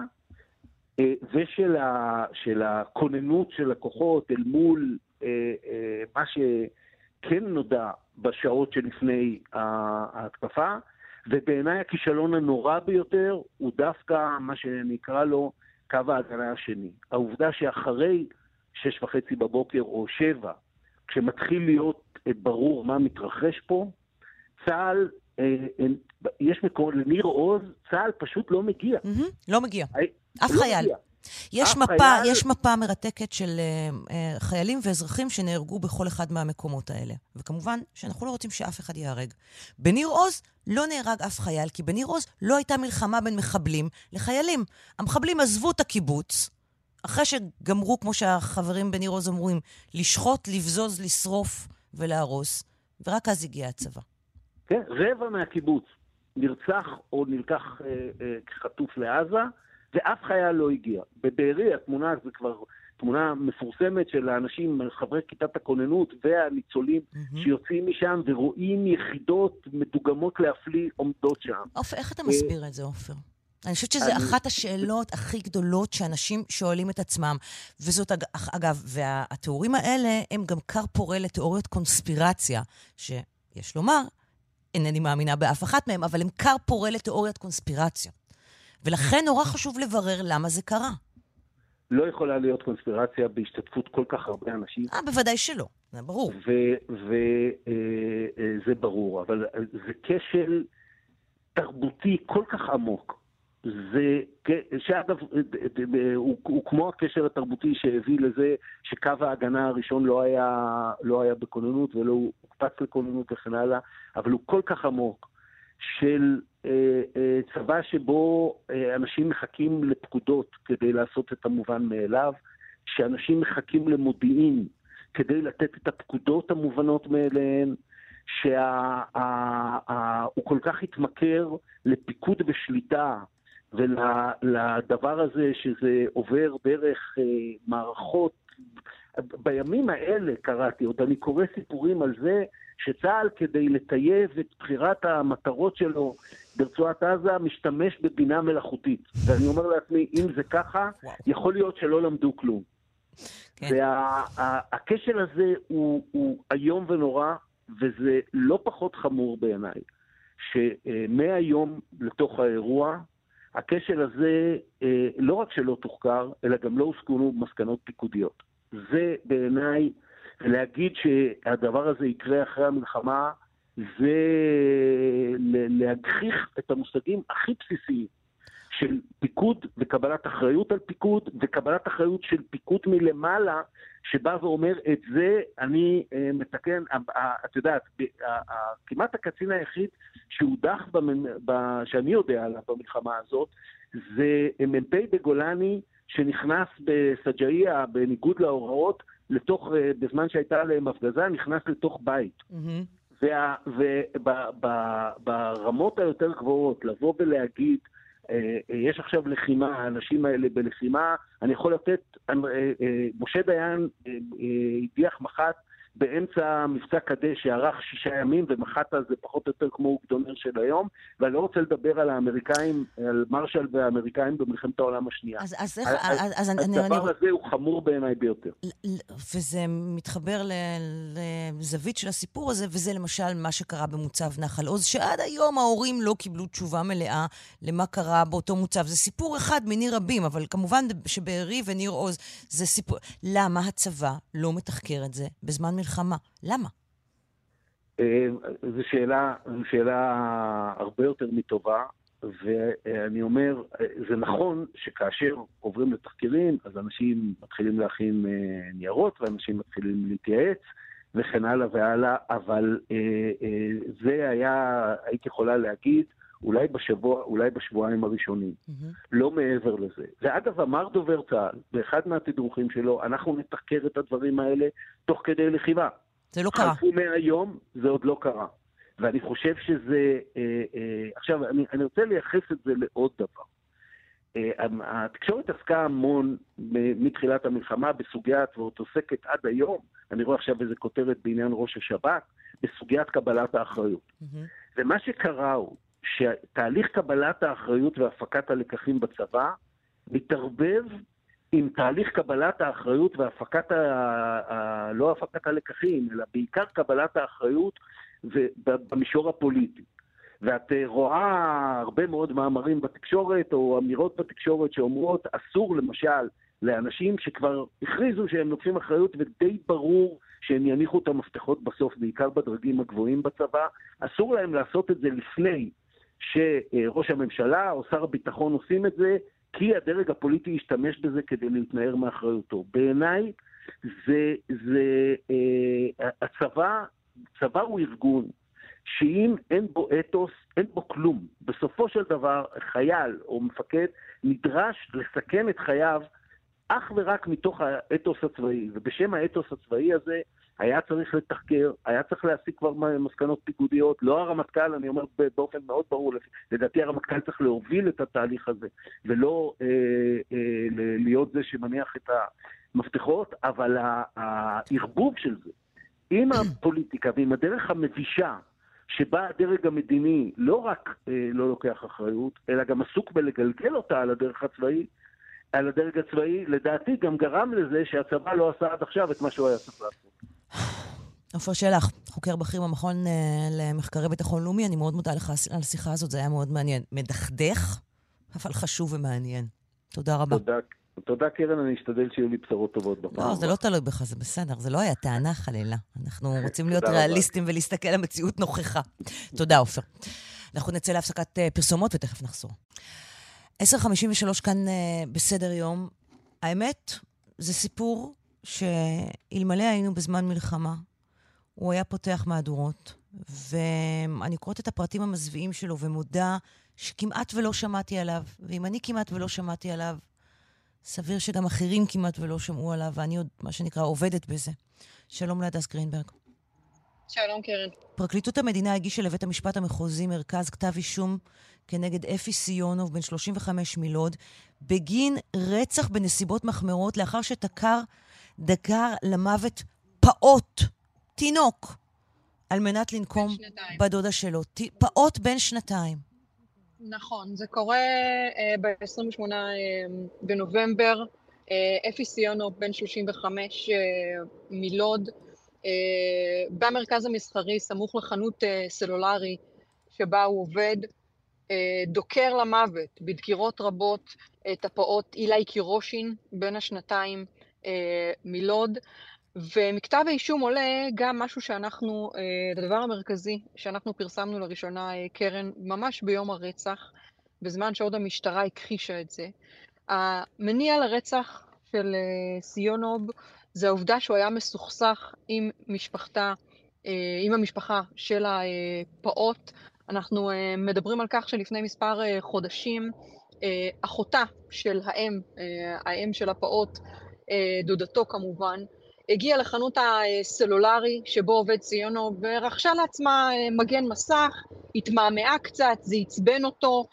ושל הכוננות של הכוחות אל מול מה שכן נודע בשעות שלפני ההתקפה, ובעיניי הכישלון הנורא ביותר הוא דווקא מה שנקרא לו קו ההגנה השני. העובדה שאחרי 6:30 בבוקר או 7, כשמתחיל להיות ברור מה מתרחש פה, צה"ל, יש מקור לניר עוז, צה"ל פשוט לא מגיע. לא מגיע. אף חייל. יש מפה מרתקת של חיילים ואזרחים שנהרגו בכל אחד מהמקומות האלה. וכמובן שאנחנו לא רוצים שאף אחד ייהרג. בניר עוז לא נהרג אף חייל, כי בניר עוז לא הייתה מלחמה בין מחבלים לחיילים. המחבלים עזבו את הקיבוץ, אחרי שגמרו, כמו שהחברים בניר עוז אומרים, לשחוט, לבזוז, לשרוף ולהרוס, ורק אז הגיע הצבא. כן, רבע מהקיבוץ נרצח או נלקח כחטוף לעזה, ואף חייל לא הגיע. בבארי התמונה זה כבר תמונה מפורסמת של האנשים, חברי כיתת הכוננות והניצולים שיוצאים משם ורואים יחידות מדוגמות להפליא עומדות שם. אופר, איך אתה מסביר את זה, אופר? אני חושבת שזה אחת השאלות הכי גדולות שאנשים שואלים את עצמם. וזאת, אגב, והתיאורים האלה הם גם קר פורה לתיאוריות קונספירציה, שיש לומר, אינני מאמינה באף אחת מהם, אבל הם קר פורה לתיאוריית קונספירציה. ולכן נורא חשוב לברר למה זה קרה. לא יכולה להיות קונספירציה בהשתתפות כל כך הרבה אנשים. בוודאי שלא, זה ברור. וזה ברור, אבל זה כשל תרבותי כל כך עמוק. זה, שאגב, הוא כמו הקשר התרבותי שהביא לזה שקו ההגנה הראשון לא היה בכוננות ולא הוקפץ לכוננות וכן הלאה, אבל הוא כל כך עמוק של צבא שבו אנשים מחכים לפקודות כדי לעשות את המובן מאליו, שאנשים מחכים למודיעין כדי לתת את הפקודות המובנות מאליהן, שהוא כל כך התמכר לפיקוד בשליטה, ולדבר הזה שזה עובר דרך מערכות. בימים האלה קראתי, עוד אני קורא סיפורים על זה, שצה"ל כדי לטייב את בחירת המטרות שלו ברצועת עזה משתמש בבינה מלאכותית. ואני אומר לעצמי, אם זה ככה, יכול להיות שלא למדו כלום. והכשל הזה הוא היום ונורא, וזה לא פחות חמור בעיניי, שמהיום לתוך האירוע, הכשל הזה לא רק שלא תוחקר, אלא גם לא הוסקנו מסקנות פיקודיות. זה בעיניי, להגיד שהדבר הזה יקרה אחרי המלחמה, זה להגחיך את המושגים הכי בסיסיים של פיקוד וקבלת אחריות על פיקוד, וקבלת אחריות של פיקוד מלמעלה, שבא ואומר את זה אני מתקן. את יודעת, כמעט הקצין היחיד שהודח שאני יודע עליו במלחמה הזאת, זה מ"פ בגולני שנכנס בסג'איה בניגוד להוראות, בזמן שהייתה להם הפגזה, נכנס לתוך בית. וברמות היותר גבוהות, לבוא ולהגיד, יש עכשיו לחימה, האנשים האלה בלחימה, אני יכול לתת, משה דיין הדיח מח"ט באמצע מבצע קדש שערך 6 ימים, ומח"טה זה פחות או יותר כמו אוגדונר של היום, ואני לא רוצה לדבר על האמריקאים, על מרשל והאמריקאים במלחמת העולם השנייה. הדבר הזה הוא חמור בעיניי ביותר. וזה מתחבר לזווית של הסיפור הזה, וזה למשל מה שקרה במוצב נחל עוז, שעד היום ההורים לא קיבלו תשובה מלאה למה קרה באותו מוצב. זה סיפור אחד מיני רבים, אבל כמובן שבארי וניר עוז זה סיפור. למה הצבא לא מתחקר את זה בזמן מלחמה? למה? זו שאלה הרבה יותר מטובה, ואני אומר, זה נכון שכאשר עוברים לתחקירים, אז אנשים מתחילים להכין ניירות, ואנשים מתחילים להתייעץ, וכן הלאה והלאה, אבל זה היה, הייתי יכולה להגיד, אולי בשבועיים הראשונים. לא מעבר לזה. ואגב, אמר דובר צה"ל, באחד מהתדרוכים שלו, אנחנו נתחקר את הדברים האלה תוך כדי לחימה. זה לא קרה. חלפו 100 יום, זה עוד לא קרה. ואני חושב שזה... עכשיו, אני רוצה לייחס את זה לעוד דבר. התקשורת עסקה המון מתחילת המלחמה בסוגיית, ועוד עוסקת עד היום, אני רואה עכשיו איזה כותרת בעניין ראש השב"כ, בסוגיית קבלת האחריות. ומה שקרה הוא, שתהליך קבלת האחריות והפקת הלקחים בצבא מתערבב עם תהליך קבלת האחריות והפקת, לא הפקת הלקחים, אלא בעיקר קבלת האחריות במישור הפוליטי. ואת רואה הרבה מאוד מאמרים בתקשורת או אמירות בתקשורת שאומרות אסור למשל לאנשים שכבר הכריזו שהם לוקחים אחריות ודי ברור שהם יניחו את המפתחות בסוף, בעיקר בדרגים הגבוהים בצבא, אסור להם לעשות את זה לפני שראש הממשלה או שר הביטחון עושים את זה, כי הדרג הפוליטי ישתמש בזה כדי להתנער מאחריותו. בעיניי, הצבא הוא ארגון, שאם אין בו אתוס, אין בו כלום. בסופו של דבר, חייל או מפקד נדרש לסכן את חייו אך ורק מתוך האתוס הצבאי. ובשם האתוס הצבאי הזה, היה צריך לתחקר, היה צריך להסיק כבר מסקנות פיקודיות, לא הרמטכ"ל, אני אומר באופן מאוד ברור, לדעתי הרמטכ"ל צריך להוביל את התהליך הזה, ולא להיות זה שמניח את המפתחות, אבל הערבוב של זה, עם הפוליטיקה ועם הדרך המבישה, שבה הדרג המדיני לא רק לא לוקח אחריות, אלא גם עסוק בלגלגל אותה על הדרג הצבאי, לדעתי גם גרם לזה שהצבא לא עשה עד עכשיו את מה שהוא היה צריך לעשות. עופר שלח, חוקר בכיר במכון למחקרי ביטחון לאומי, אני מאוד מודה לך על השיחה הזאת, זה היה מאוד מעניין. מדכדך, אבל חשוב ומעניין. תודה רבה. תודה קרן, אני אשתדל שיהיו לי בשורות טובות בפעם. לא, זה לא תלוי בך, זה בסדר, זה לא היה טענה חלילה. אנחנו רוצים להיות ריאליסטים ולהסתכל על המציאות נוכחה. תודה עופר. אנחנו נצא להפסקת פרסומות ותכף נחזור. 10:53 כאן בסדר יום. האמת, זה סיפור שאלמלא היינו בזמן מלחמה, הוא היה פותח מהדורות, ואני קוראת את הפרטים המזוויעים שלו ומודה שכמעט ולא שמעתי עליו, ואם אני כמעט ולא שמעתי עליו, סביר שגם אחרים כמעט ולא שמעו עליו, ואני עוד, מה שנקרא, עובדת בזה. שלום להדס גרינברג. שלום קרן. פרקליטות המדינה הגישה לבית המשפט המחוזי מרכז כתב אישום כנגד אפי סיונוב, בן 35 מלוד, בגין רצח בנסיבות מחמירות, לאחר דקר למוות פעוט, תינוק, על מנת לנקום בדודה שלו. פעוט בן 2. נכון, זה קורה ב-28 בנובמבר, אפי סיונוב, בן 35 מלוד, במרכז המסחרי, סמוך לחנות סלולרי שבה הוא עובד, דוקר למוות בדקירות רבות את הפעוט אילי קירושין, בן 2 מלוד, ומכתב האישום עולה גם משהו שאנחנו, הדבר המרכזי שאנחנו פרסמנו לראשונה, קרן, ממש ביום הרצח, בזמן שעוד המשטרה הכחישה את זה. המניע לרצח של סיונוב זה העובדה שהוא היה מסוכסך עם המשפחה של הפעוט. אנחנו מדברים על כך שלפני מספר חודשים, אחותה של האם של הפעוט, דודתו כמובן, הגיעה לחנות הסלולרי שבו עובד סיונוב ורכשה לעצמה מגן מסך, התמהמהה קצת, זה עצבן אותו,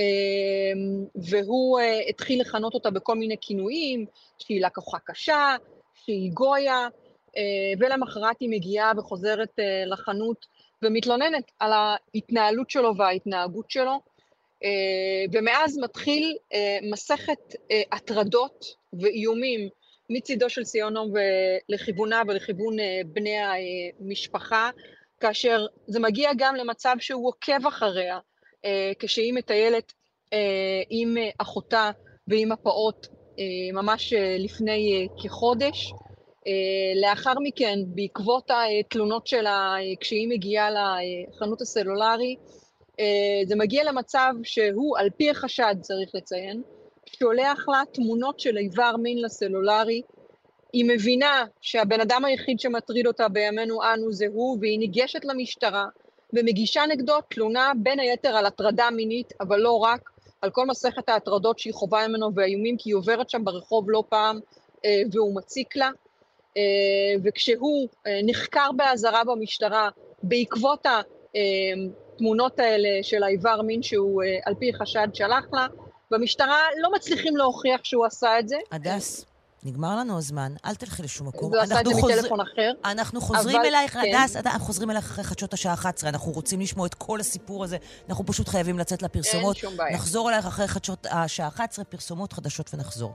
והוא התחיל לכנות אותה בכל מיני כינויים, שהיא לקוחה קשה, שהיא גויה, ולמחרת היא מגיעה וחוזרת לחנות ומתלוננת על ההתנהלות שלו וההתנהגות שלו, ומאז מתחיל מסכת הטרדות ואיומים מצידו של סיונוב לכיוונה ולכיוון בני המשפחה, כאשר זה מגיע גם למצב שהוא עוקב אחריה, כשהיא מטיילת עם אחותה ועם הפעות ממש לפני כחודש. לאחר מכן, בעקבות התלונות שלה, כשהיא מגיעה לחנות הסלולרי, זה מגיע למצב שהוא, על פי החשד צריך לציין, שולח לה תמונות של איבר מין לסלולרי. היא מבינה שהבן אדם היחיד שמטריד אותה בימינו אנו זה הוא, והיא ניגשת למשטרה ומגישה נגדו תלונה בין היתר על הטרדה מינית, אבל לא רק, על כל מסכת ההטרדות שהיא חובה ממנו והאיומים, כי היא עוברת שם ברחוב לא פעם והוא מציק לה. וכשהוא נחקר באזהרה במשטרה בעקבות התמונות האלה של האיבר מין שהוא על פי חשד שלח לה, במשטרה לא מצליחים להוכיח שהוא עשה את זה. הדס, נגמר לנו הזמן, אל תלכי לשום מקום. הוא עשה את זה מטלפון אחר. אנחנו חוזרים אלייך, הדס, אנחנו חוזרים אלייך אחרי חדשות השעה 11, אנחנו רוצים לשמוע את כל הסיפור הזה, אנחנו פשוט חייבים לצאת לפרסומות. אין שום בעיה. נחזור אלייך אחרי חדשות השעה 11, פרסומות חדשות ונחזור.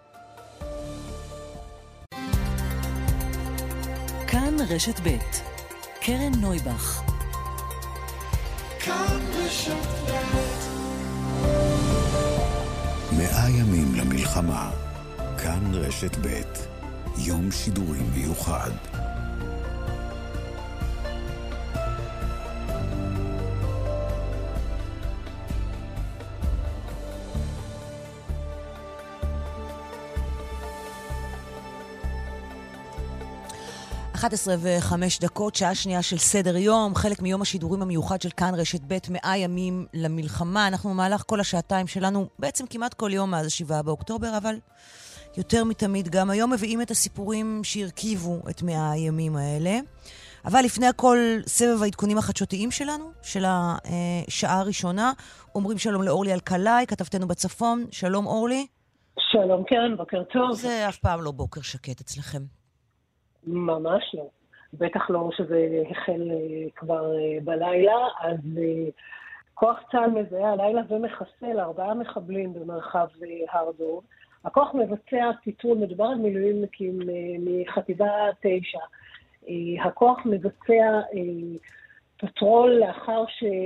כאן רשת ב' קרן נויבך. כאן רשת ב' 100 ימים למלחמה. כאן רשת ב' יום שידורים מיוחד. ו5 דקות, שעה שנייה של סדר יום, חלק מיום השידורים המיוחד של כאן רשת ב' 100 ימים למלחמה. אנחנו במהלך כל השעתיים שלנו, בעצם כמעט כל יום מאז 7 באוקטובר, אבל יותר מתמיד גם היום מביאים את הסיפורים שהרכיבו את 100 הימים האלה. אבל לפני הכל, סבב העדכונים החדשותיים שלנו, של השעה הראשונה, אומרים שלום לאורלי אלקלעי, כתבתנו בצפון. שלום אורלי. שלום קרן, בוקר טוב. זה אף פעם לא בוקר שקט אצלכם. ממש לא. בטח לא שזה החל כבר בלילה, אז כוח צה"ל מזהה הלילה ומחסל 4 מחבלים במרחב הר דב. הכוח מבצע פיטרול, מדובר על מילואימניקים מחטיבה 9. הכוח מבצע פטרול לאחר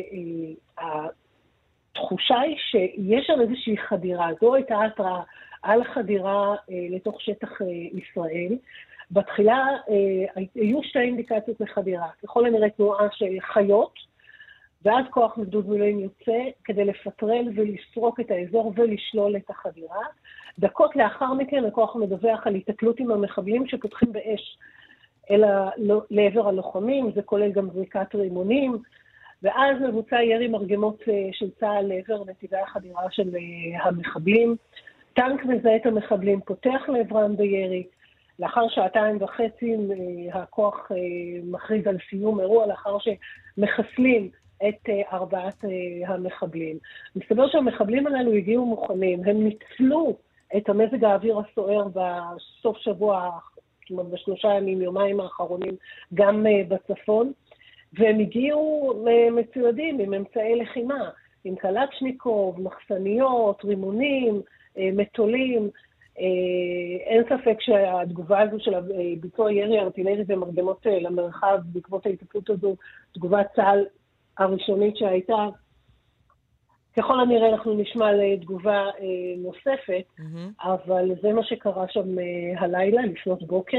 שהתחושה היא שיש שם איזושהי חדירה. זו הייתה התראה על חדירה לתוך שטח ישראל. בתחילה היו 2 אינדיקציות לחדירה. ככל הנראה תנועה של חיות, ואז כוח מגדוד מילואים יוצא כדי לפטרל ולסרוק את האזור ולשלול את החדירה. דקות לאחר מכן הכוח מדווח על התקלות עם המחבלים שפותחים באש לעבר הלוחמים, זה כולל גם זריקת רימונים, ואז מבוצע ירי מרגמות של צה"ל לעבר נתיבי החדירה של המחבלים. טנק מזהה את המחבלים, פותח לעברם בירי, לאחר 2.5 הכוח מכריז על סיום אירוע, לאחר שמחסלים את 4 המחבלים. מסתבר שהמחבלים הללו הגיעו מוכנים, הם ניצלו את המזג האוויר הסוער בסוף שבוע, זאת אומרת ב3 ימים, יומיים האחרונים, גם בצפון, והם הגיעו מצוידים עם אמצעי לחימה, עם קלצ'ניקוב, מחסניות, רימונים, מטולים. אין ספק שהתגובה הזו של ביצוע ירי ארטילרי ומרגמות למרחב בעקבות ההתקלות הזו, תגובת צה"ל הראשונית שהייתה, ככל הנראה אנחנו נשמע לתגובה נוספת, אבל זה מה שקרה שם הלילה, לפנות בוקר,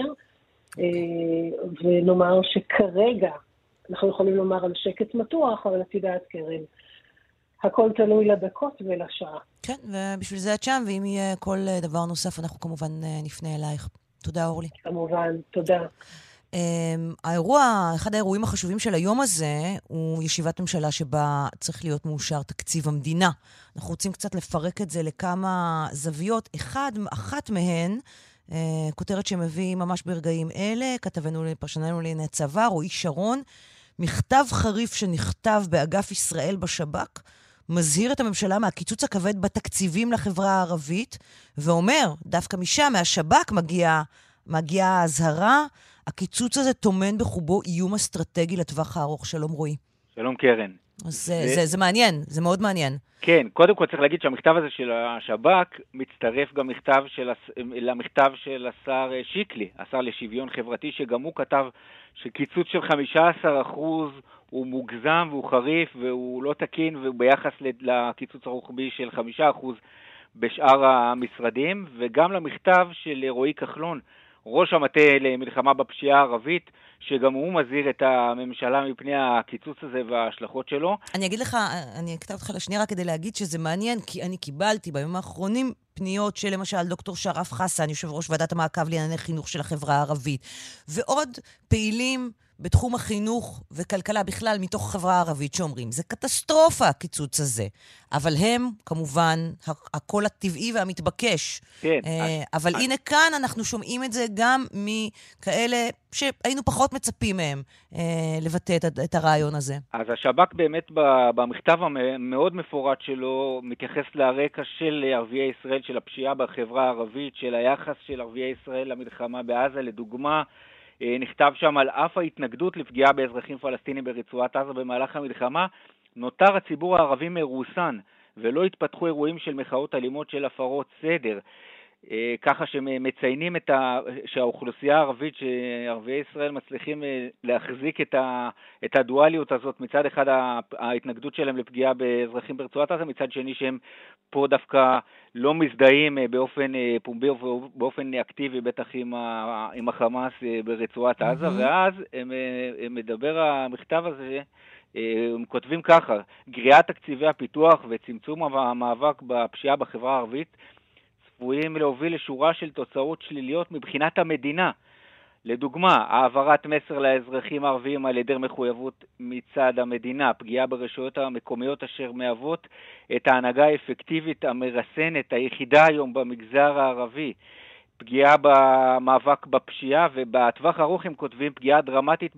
ונאמר שכרגע אנחנו יכולים לומר על שקט מתוח, אבל את יודעת קרן, הכל תלוי לדקות ולשעה. כן, ובשביל זה את שם, ואם יהיה כל דבר נוסף, אנחנו כמובן נפנה אלייך. תודה, אורלי. כמובן, תודה. אחד האירועים החשובים של היום הזה הוא ישיבת ממשלה שבה צריך להיות מאושר תקציב המדינה. אנחנו רוצים קצת לפרק את זה לכמה זוויות. אחת מהן, כותרת שמביא ממש ברגעים אלה, פרשננו לענייני צבא, רועי שרון, מכתב חריף שנכתב באגף ישראל בשב"כ, מזהיר את הממשלה מהקיצוץ הכבד בתקציבים לחברה הערבית, ואומר, דווקא משם, מהשב"כ מגיעה ההזהרה, הקיצוץ הזה טומן בחובו איום אסטרטגי לטווח הארוך. שלום רועי. שלום קרן. אז זה מעניין, זה מאוד מעניין. כן, קודם כל צריך להגיד שהמכתב הזה של השב"כ מצטרף גם למכתב של השר שיקלי, השר לשוויון חברתי, שגם הוא כתב שקיצוץ של 15% הוא מוגזם והוא חריף והוא לא תקין, וביחס לקיצוץ הרוחבי של 5% בשאר המשרדים, וגם למכתב של רועי כחלון, ראש המטה למלחמה בפשיעה הערבית, שגם הוא מזהיר את הממשלה מפני הקיצוץ הזה וההשלכות שלו. אני אגיד לך, אני אקטע אותך לשנייה רק כדי להגיד שזה מעניין, כי אני קיבלתי בימים האחרונים פניות של למשל דוקטור שרף חסן, יושב ראש ועדת המעקב לענייני חינוך של החברה הערבית, ועוד פעילים בתחום החינוך וכלכלה בכלל מתוך החברה הערבית שאומרים, זה קטסטרופה הקיצוץ הזה. אבל הם, כמובן, הקול הטבעי והמתבקש. כן. אבל הנה כאן אנחנו שומעים את זה גם מכאלה שהיינו פחות מצפים מהם לבטא את הרעיון הזה. אז השב"כ באמת במכתב המאוד מפורט שלו מתייחס לרקע של ערביי ישראל, של הפשיעה בחברה הערבית, של היחס של ערביי ישראל למלחמה בעזה, לדוגמה, נכתב שם על אף ההתנגדות לפגיעה באזרחים פלסטינים ברצועת עזה במהלך המלחמה, נותר הציבור הערבי מרוסן, ולא התפתחו אירועים של מחאות אלימות של הפרות סדר. ככה שמציינים שהאוכלוסייה הערבית, שערביי ישראל מצליחים להחזיק את הדואליות הזאת, מצד אחד ההתנגדות שלהם לפגיעה באזרחים ברצועת עזה, מצד שני שהם פה דווקא לא מזדהים באופן פומבי או באופן אקטיבי, בטח עם החמאס ברצועת עזה, ואז מדבר המכתב הזה, הם כותבים ככה, גריעת תקציבי הפיתוח וצמצום המאבק בפשיעה בחברה הערבית, צפויים להוביל לשורה של תוצאות שליליות מבחינת המדינה. לדוגמה, העברת מסר לאזרחים הערביים על היעדר מחויבות מצד המדינה, פגיעה ברשויות המקומיות אשר מהוות את ההנהגה האפקטיבית המרסנת היחידה היום במגזר הערבי, פגיעה במאבק בפשיעה, ובטווח ארוך הם כותבים פגיעה דרמטית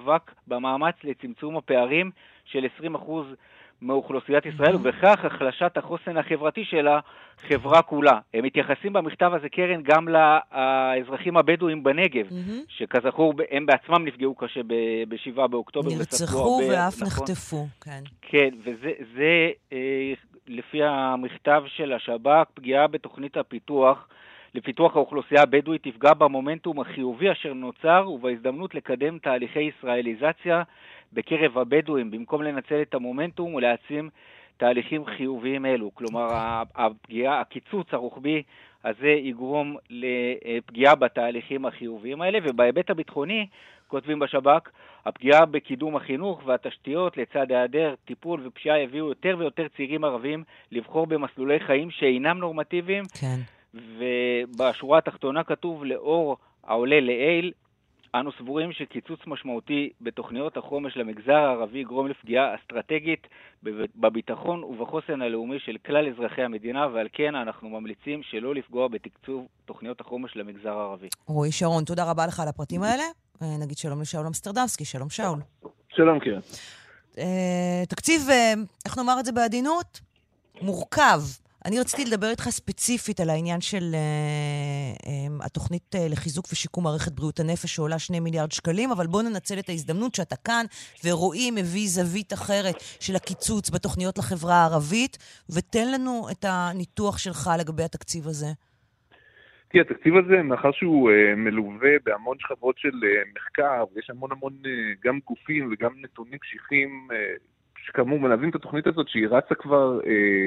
במאמץ לצמצום הפערים של 20% מאוכלוסיית ישראל, ובכך החלשת החוסן החברתי של החברה כולה. הם מתייחסים במכתב הזה, קרן, גם לאזרחים הבדואים בנגב, שכזכור הם בעצמם נפגעו קשה ב-7 באוקטובר. נרצחו ואף נחטפו, כן. כן, וזה לפי המכתב של השב"כ, פגיעה בתוכנית הפיתוח, לפיתוח האוכלוסייה הבדואית תפגע במומנטום החיובי אשר נוצר ובהזדמנות לקדם תהליכי ישראליזציה בקרב הבדואים, במקום לנצל את המומנטום ולהעצים תהליכים חיוביים אלו. כלומר, הקיצוץ הרוחבי הזה יגרום לפגיעה בתהליכים החיוביים האלה, ובהיבט הביטחוני, כותבים בשב"כ, הפגיעה בקידום החינוך והתשתיות לצד היעדר טיפול ופשיעה יביאו יותר ויותר צעירים ערבים לבחור במסלולי חיים שאינם נורמטיביים. כן. ובשורה התחתונה כתוב, לאור העולה לעיל, אנו סבורים שקיצוץ משמעותי בתוכניות החומש למגזר הערבי יגרום לפגיעה אסטרטגית בביטחון ובחוסן הלאומי של כלל אזרחי המדינה, ועל כן אנחנו ממליצים שלא לפגוע בתקצוב תוכניות החומש למגזר הערבי. רועי שרון, תודה רבה לך על הפרטים האלה. נגיד שלום לשאול אמסטרדמסקי. שלום שאול. שלום קרן. תקציב, איך נאמר את זה בעדינות? מורכב. אני רציתי לדבר איתך ספציפית על העניין של התוכנית לחיזוק ושיקום מערכת בריאות הנפש שעולה 2 מיליארד שקלים, אבל בוא ננצל את ההזדמנות שאתה כאן ורועי מביא זווית אחרת של הקיצוץ בתוכניות לחברה הערבית, ותן לנו את הניתוח שלך לגבי התקציב הזה. כי התקציב הזה, מאחר שהוא מלווה בהמון שכבות של מחקר, ויש המון גם גופים וגם נתונים קשיחים שכאמור מלווים את התוכנית הזאת, שהיא רצה כבר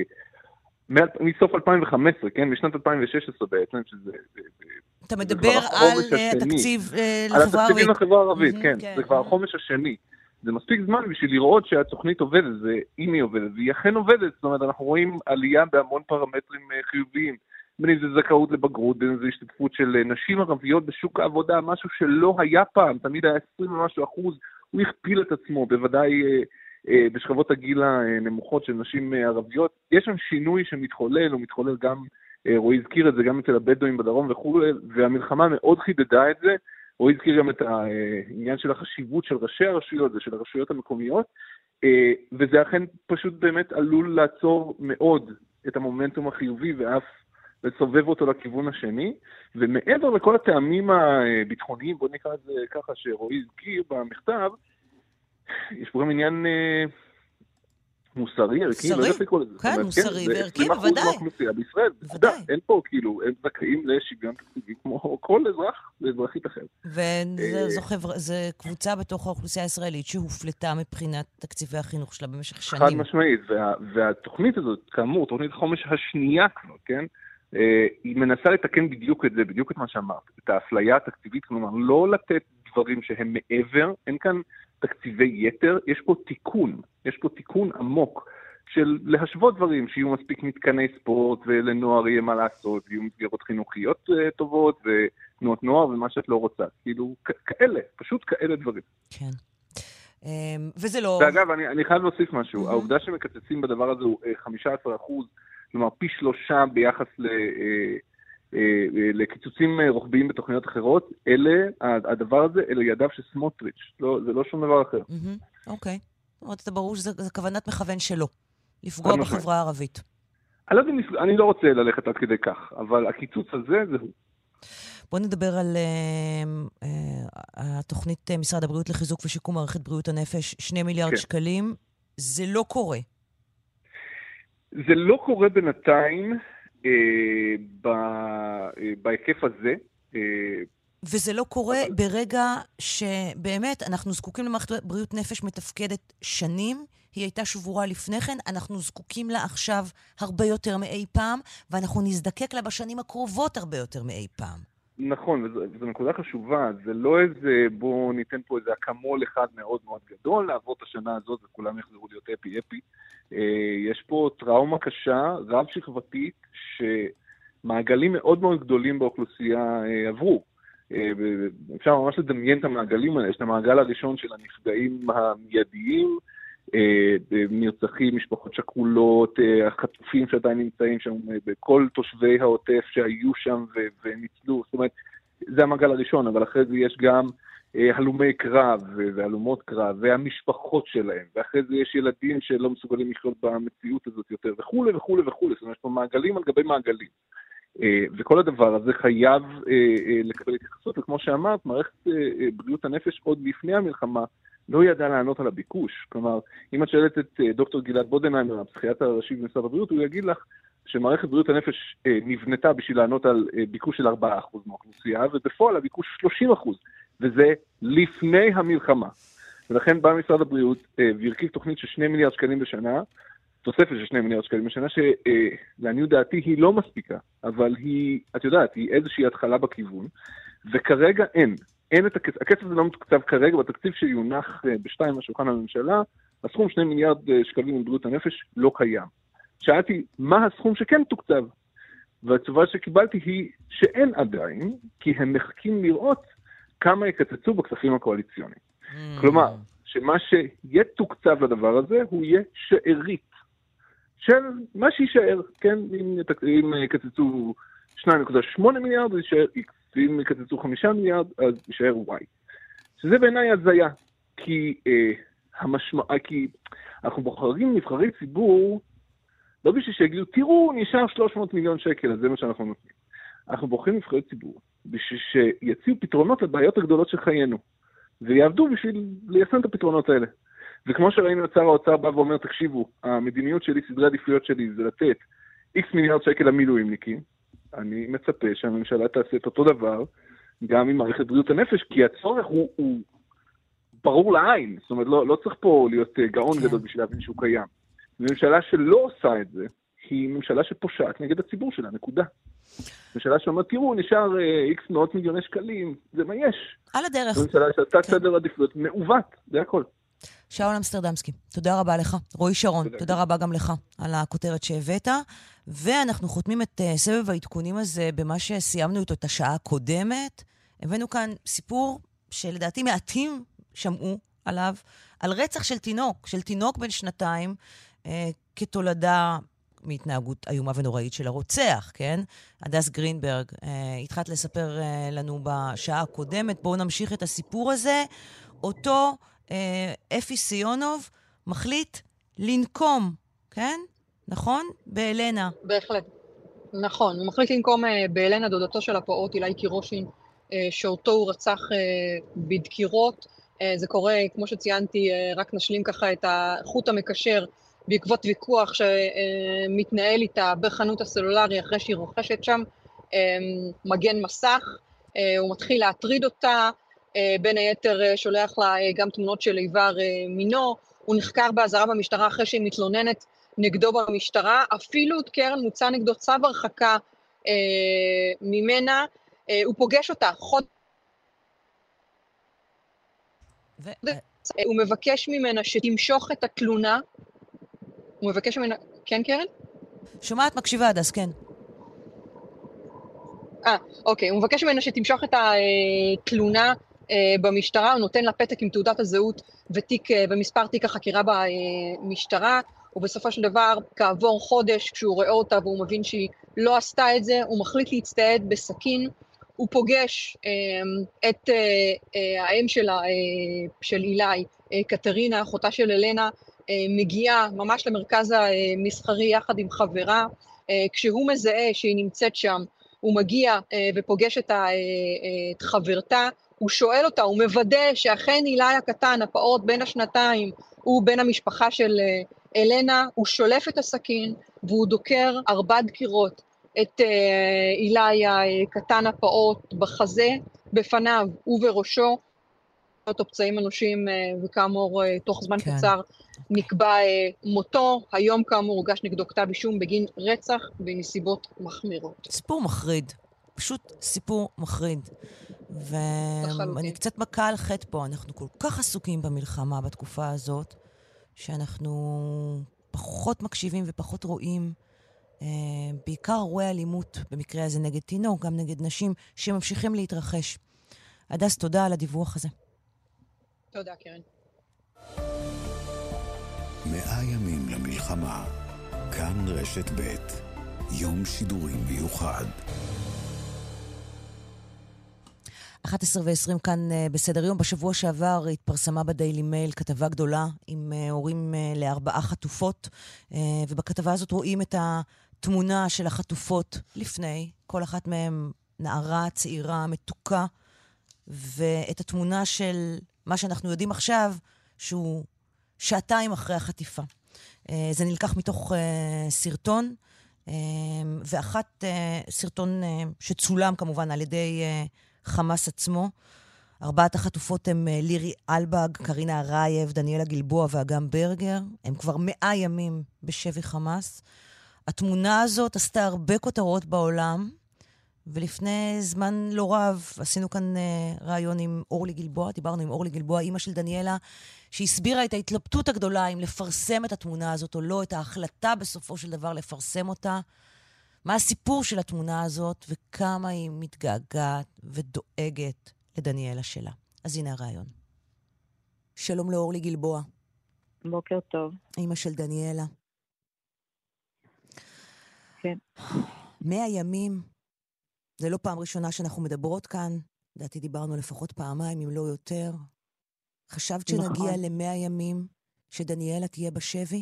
מסוף 2015, כן? משנת 2016 בעצם, שזה... אתה מדבר על התקציב לחברה הערבית. על התקציבים לחברה הערבית, כן. זה כבר החומש השני. זה מספיק זמן בשביל לראות שהתוכנית עובדת, אם היא עובדת, והיא אכן עובדת. זאת אומרת, אנחנו רואים עלייה בהמון פרמטרים חיוביים. בין אם זה זכאות לבגרות, בין אם זה השתתפות של נשים ערביות בשוק העבודה, משהו שלא היה פעם, תמיד היה 20% ומשהו, הוא הכפיל את עצמו, בוודאי בשכבות הגיל הנמוכות של נשים ערביות. יש שם שינוי שמתחולל, הוא מתחולל גם, רועי הזכיר את זה, גם אצל הבדואים בדרום וכו', והמלחמה מאוד חידדה את זה. רועי הזכיר גם את העניין של החשיבות של ראשי הרשויות ושל הרשויות המקומיות, וזה אכן פשוט באמת עלול לעצור מאוד את המומנטום החיובי, ואף וסובב אותו לכיוון השני, ומעבר לכל הטעמים הביטחוניים, בוא נקרא את זה ככה שרועי הזכיר במכתב, יש פה גם עניין מוסרי, ערכי, לא יודע לקרוא לזה. כן, מוסרי וערכי, בוודאי. זה 20% מהאוכלוסייה בישראל, בוודאי. אין פה כאילו, הם זכאים לשוויון תקציבי כמו כל אזרח ואזרחית אחר. וזו קבוצה בתוך האוכלוסייה הישראלית שהופלטה מבחינת תקציבי החינוך שלה במשך שנים. חד משמעית, והתוכנית הזאת, כאמור, תוכנית החומש השנייה כבר, כן? היא מנסה לתקן בדיוק את זה, בדיוק את מה שאמרת, את האפליה התקציבית, כלומר, לא לתת דברים שהם מעבר, אין כאן תקציבי יתר, יש פה תיקון עמוק של להשוות דברים, שיהיו מספיק מתקני ספורט ולנוער יהיה מה לעשות, יהיו מסגרות חינוכיות טובות ותנועות נוער ומה שאת לא רוצה, כאילו כאלה, פשוט כאלה דברים. כן. וזה לא... ואגב, אני חייב להוסיף משהו, העובדה שמקצצים בדבר הזה הוא 15%, כלומר פי 3 ביחס לקיצוצים רוחביים בתוכניות אחרות, הדבר הזה, אלה ידיו של סמוטריץ', זה לא שום דבר אחר. אוקיי. זה ברור שזה כוונת מכוון שלו, לפגוע בחברה הערבית. אני לא רוצה ללכת עד כדי כך, אבל הקיצוץ הזה זה הוא. בואו נדבר על התוכנית משרד הבריאות לחיזוק ושיקום מערכת בריאות הנפש, 2 מיליארד שקלים. זה לא קורה. זה לא קורה בינתיים בהיקף הזה. וזה לא קורה ברגע שבאמת אנחנו זקוקים למערכת בריאות נפש מתפקדת שנים, היא הייתה שבורה לפני כן, אנחנו זקוקים לה עכשיו הרבה יותר מאי פעם, ואנחנו נזדקק לה בשנים הקרובות הרבה יותר מאי פעם. נכון, וזו נקודה חשובה, זה לא איזה, בואו ניתן פה איזה אקמול אחד מאוד מאוד גדול, לעבור את השנה הזאת וכולם יחזרו להיות אפי. יש פה טראומה קשה, רב שכבתית, שמעגלים מאוד מאוד גדולים באוכלוסייה עברו. אפשר ממש לדמיין את המעגלים האלה, יש את המעגל הראשון של הנפגעים המיידיים, נרצחים, משפחות שכולות, החטופים שעדיין נמצאים שם, בכל תושבי העוטף שהיו שם וניצלו, זאת אומרת, זה המעגל הראשון, אבל אחרי זה יש גם הלומי קרב והלומות קרב והמשפחות שלהם, ואחרי זה יש ילדים שלא מסוגלים לחיות במציאות הזאת יותר, וכולי וכולי וכולי, זאת אומרת, יש פה מעגלים על גבי מעגלים. וכל הדבר הזה חייב לקבל התייחסות, וכמו שאמרת, מערכת בריאות הנפש עוד לפני המלחמה לא ידעה לענות על הביקוש. כלומר, אם את שואלת את דוקטור גלעד בודנהיימר, הפסיכיאטר הראשי במשרד הבריאות, הוא יגיד לך שמערכת בריאות הנפש נבנתה בשביל לענות על ביקוש של 4% מהאוכלוסייה, ובפועל הביקוש 30%, וזה לפני המלחמה. ולכן בא משרד הבריאות והרכיב תוכנית של 2 מיליארד שקלים בשנה, תוספת של 2 מיליארד שקלים בשנה, שלעניות דעתי היא לא מספיקה, אבל היא, את יודעת, היא איזושהי התחלה בכיוון, וכרגע אין את הכסף, הכסף הזה לא מתוקצב כרגע, בתקציב שיונח בשתיים מהשולחן הממשלה, הסכום 2 מיליארד שקלים מבריאות הנפש לא קיים. שאלתי, מה הסכום שכן תוקצב? והתשובה שקיבלתי היא שאין עדיין, כי הם מחכים לראות כמה יקצצו בכספים הקואליציוניים. כלומר, שמה שיהיה תוקצב לדבר הזה, הוא יהיה שארית. של מה שישאר, כן? אם יקצצו 2.8 מיליארד, זה יישאר X. ואם יקצצו 5 מיליארד, אז יישאר Y. שזה בעיניי הזיה, כי אנחנו בוחרים נבחרי ציבור, לא בשביל שיגידו, תראו, נשאר 300 מיליון שקל, אז זה מה שאנחנו נותנים. אנחנו בוחרים נבחרי ציבור, בשביל שיציעו פתרונות לבעיות הגדולות של חיינו, ויעבדו בשביל ליישם את הפתרונות האלה. וכמו שראינו את שר האוצר בא ואומר, תקשיבו, המדיניות שלי, סדרי עדיפויות שלי, זה לתת X מיליארד שקל למילואימניקים, אני מצפה שהממשלה תעשה את אותו דבר, גם עם מערכת בריאות הנפש, כי הצורך הוא ברור לעין, זאת אומרת, לא צריך פה להיות גאון גדול בשביל להבין שהוא קיים. ממשלה שלא עושה את זה, היא ממשלה שפושעת נגד הציבור שלה, נקודה. ממשלה שאומרת, תראו, נשאר X מאות מיליוני שקלים, זה מה יש. על הדרך. ממשלה שעשתה סדר עדיפויות מעוות, זה הכל. שאול אמסטרדמסקי, תודה רבה לך. רועי שרון, תודה רבה גם לך על הכותרת שהבאת. ואנחנו חותמים את סבב העדכונים הזה במה שסיימנו איתו את השעה הקודמת. הבאנו כאן סיפור שלדעתי מעטים שמעו עליו, על רצח של תינוק בן 2, כתולדה מהתנהגות איומה ונוראית של הרוצח, כן? הדס גרינברג, התחלת לספר לנו בשעה הקודמת. בואו נמשיך את הסיפור הזה. אותו אפי סיונוב מחליט לנקום, כן? נכון? באלנה. בהחלט. נכון, הוא מחליט לנקום באלנה, דודתו של הפעוט, אילי קירושין, שאותו הוא רצח בדקירות. זה קורה, כמו שציינתי, רק נשלים ככה את החוט המקשר, בעקבות ויכוח שמתנהל איתה בחנות הסלולרי, אחרי שהיא רוכשת שם מגן מסך. הוא מתחיל להטריד אותה, בין היתר שולח לה גם תמונות של איבר מינו. הוא נחקר באזהרה במשטרה אחרי שהיא מתלוננת נגדו במשטרה, אפילו קרן מוצא נגדו צו הרחקה ממנה. הוא פוגש אותה הוא מבקש ממנה שתמשוך את התלונה. הוא מבקש ממנה... כן, קרן? שומעת, מקשיבה עד אז, כן. אוקיי. הוא מבקש ממנה שתמשוך את התלונה במשטרה. הוא נותן לה פתק עם תעודת הזהות ומספר תיק החקירה במשטרה. ובסופו של דבר, כעבור חודש, כשהוא רואה אותה והוא מבין שהיא לא עשתה את זה, הוא מחליט להצטייד בסכין. הוא פוגש את האם של אילי, קטרינה, אחותה של אלנה, מגיעה ממש למרכז המסחרי יחד עם חברה. כשהוא מזהה שהיא נמצאת שם, הוא מגיע ופוגש את חברתה, הוא שואל אותה, הוא מוודא שאכן אילי הקטן, הפעוט בין השנתיים, הוא בן המשפחה של אלנה. הוא שולף את הסכין והוא דוקר 4 דקירות את אילי הקטן הפעוט בחזה, בפניו ובראשו, אותו פצעים אנושים, וכאמור תוך זמן קצר נקבע מותו. היום כאמור הוגש נגדו כתב אישום בגין רצח בנסיבות מחמירות. סיפור מחריד, פשוט סיפור מחריד. ואני קצת מכה על חטא פה, אנחנו כל כך עסוקים במלחמה בתקופה הזאת, שאנחנו פחות מקשיבים ופחות רואים, בעיקר רואה אלימות, במקרה הזה נגד תינוק, גם נגד נשים, שממשיכים להתרחש. הדס, תודה על הדיווח הזה. תודה, קרן. 100 ימים למלחמה. כאן רשת ב', יום שידורים מיוחד. 11:20 כאן בסדר יום. בשבוע שעבר התפרסמה בדיילי מייל כתבה גדולה עם הורים ל4 חטופות, ובכתבה הזאת רואים את התמונה של החטופות לפני, כל אחת מהן נערה, צעירה, מתוקה, ואת התמונה של מה שאנחנו יודעים עכשיו, שהוא 2 אחרי החטיפה. זה נלקח מתוך סרטון, סרטון שצולם כמובן על ידי חמאס עצמו. 4 החטופות הם לירי אלבג, קרינה ארייב, דניאלה גלבוע ואגם ברגר. הם כבר 100 ימים בשבי חמאס. התמונה הזאת עשתה הרבה כותרות בעולם, ולפני זמן לא רב עשינו כאן רעיון עם אורלי גלבוע, דיברנו עם אורלי גלבוע, אמא של דניאלה, שהסבירה את ההתלבטות הגדולה אם לפרסם את התמונה הזאת או לא, את ההחלטה בסופו של דבר לפרסם אותה. מה הסיפור של התמונה הזאת, וכמה היא מתגעגעת ודואגת לדניאלה שלה. אז הנה הרעיון. שלום לאורלי גלבוע. בוקר טוב. אמא של דניאלה. כן. 100 ימים, זה לא פעם ראשונה שאנחנו מדברות כאן, לדעתי דיברנו לפחות פעמיים, אם לא יותר. חשבת שנגיע ל100 ימים שדניאלה תהיה בשבי?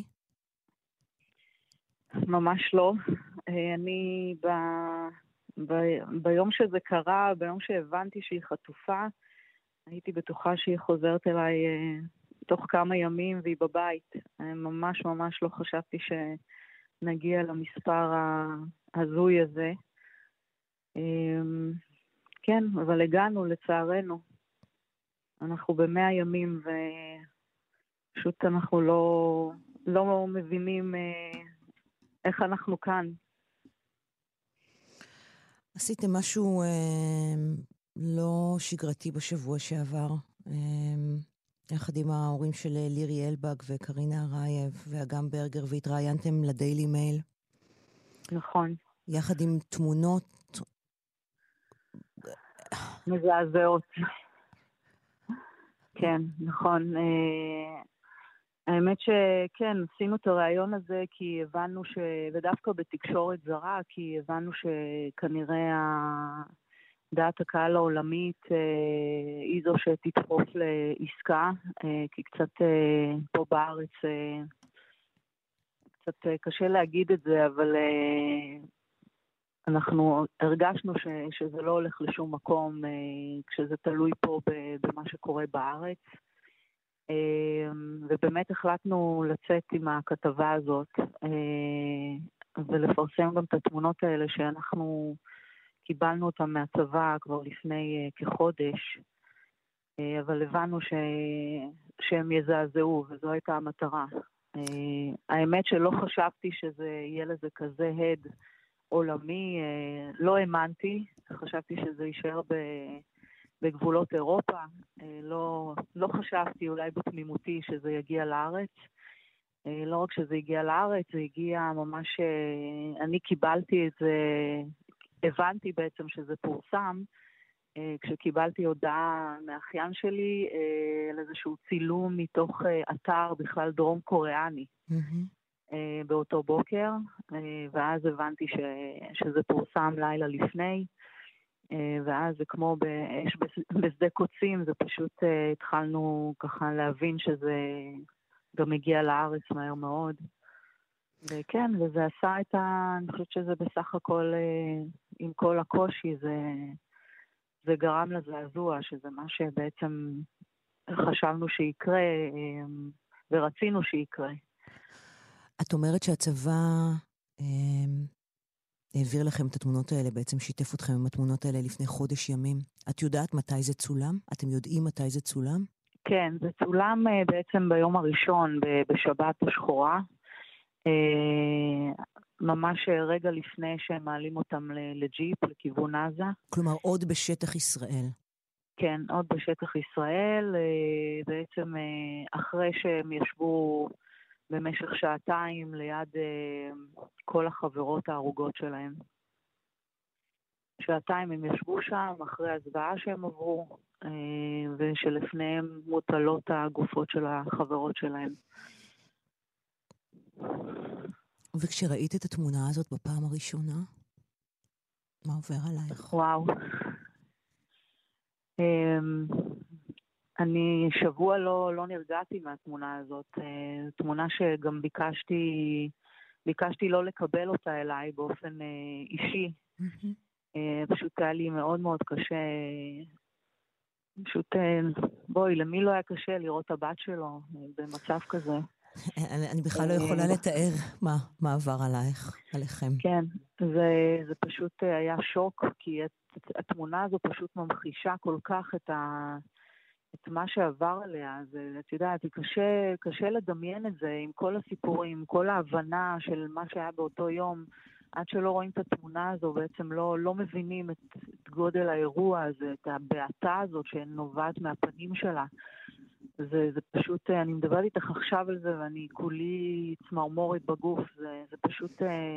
ממש לא. אני ביום שזה קרה, ביום שהבנתי שהיא חטופה, הייתי בטוחה שהיא חוזרת אליי תוך כמה ימים והיא בבית. ממש ממש לא חשבתי שנגיע למספר ההזוי הזה. כן, אבל הגענו לצערנו. אנחנו ב100 ימים ופשוט אנחנו לא מבינים איך אנחנו כאן. עשיתם משהו לא שגרתי בשבוע שעבר, יחד עם ההורים של לירי אלבג וקרינה ארייב ואגם ברגר, והתראיינתם לדיילי מייל. נכון. יחד עם תמונות מזעזעות. כן, נכון. האמת שכן, עשינו את הרעיון הזה כי הבנו ודווקא בתקשורת זרה, כי הבנו שכנראה דעת הקהל העולמית היא זו שתדחוף לעסקה, כי קצת פה בארץ קצת קשה להגיד את זה, אבל אנחנו הרגשנו שזה לא הולך לשום מקום כשזה תלוי פה במה שקורה בארץ. ובאמת החלטנו לצאת עם הכתבה הזאת ולפרסם גם את התמונות האלה שאנחנו קיבלנו אותן מהצבא כבר לפני כחודש, אבל הבנו שהם יזעזעו, וזו הייתה המטרה. האמת שלא חשבתי שזה יהיה לזה כזה הד עולמי, לא האמנתי, חשבתי שזה יישאר בגבולות אירופה, לא חשבתי אולי בתמימותי שזה יגיע לארץ. לא רק שזה הגיע לארץ, זה הגיע ממש, אני קיבלתי את זה, הבנתי בעצם שזה פורסם, כשקיבלתי הודעה מאחיין שלי על איזשהו צילום מתוך אתר בכלל דרום קוריאני באותו בוקר, ואז הבנתי שזה פורסם לילה לפני, ואז זה כמו באש בשדה קוצים, זה פשוט התחלנו ככה להבין שזה גם הגיע לארץ מהר מאוד. וכן, וזה עשה אני חושבת שזה בסך הכל, עם כל הקושי, זה גרם לזעזוע, שזה מה שבעצם חשבנו שיקרה, ורצינו שיקרה. את אומרת שהצבא העביר לכם את התמונות האלה, בעצם שיתף אתכם עם התמונות האלה לפני חודש ימים. את יודעת מתי זה צולם? אתם יודעים מתי זה צולם? כן, זה צולם בעצם ביום הראשון, בשבת השחורה, ממש רגע לפני שהם מעלים אותם לג'יפ, לכיוון עזה. כלומר, עוד בשטח ישראל. כן, עוד בשטח ישראל, בעצם אחרי שהם ישבו במשך שעתיים ליד כל החברות ההרוגות שלהם. שעתיים הם ישבו שם אחרי הזוועה שהם עברו, ושלפניהם מוטלות הגופות של החברות שלהם. וכשראית את התמונה הזאת בפעם הראשונה, מה עובר עלייך? וואו. אני שבוע לא נרגעתי מהתמונה הזאת. תמונה שגם ביקשתי לא לקבל אותה אליי באופן אישי. פשוט היה לי מאוד מאוד קשה. פשוט, למי לא היה קשה לראות את הבת שלו במצב כזה? אני בכלל לא יכולה לתאר מה עבר עלייך, עליכם. כן, זה פשוט היה שוק, כי התמונה הזו פשוט ממחישה כל כך את מה שעבר עליה. את יודעת, קשה לדמיין את זה עם כל הסיפורים, עם כל ההבנה של מה שהיה באותו יום, עד שלא רואים את התמונה הזו, בעצם לא מבינים את גודל האירוע הזה, את הבעתה הזאת שנובעת מהפנים שלה. זה פשוט, אני מדברת איתך עכשיו על זה, ואני כולי צמרמורת בגוף, זה פשוט,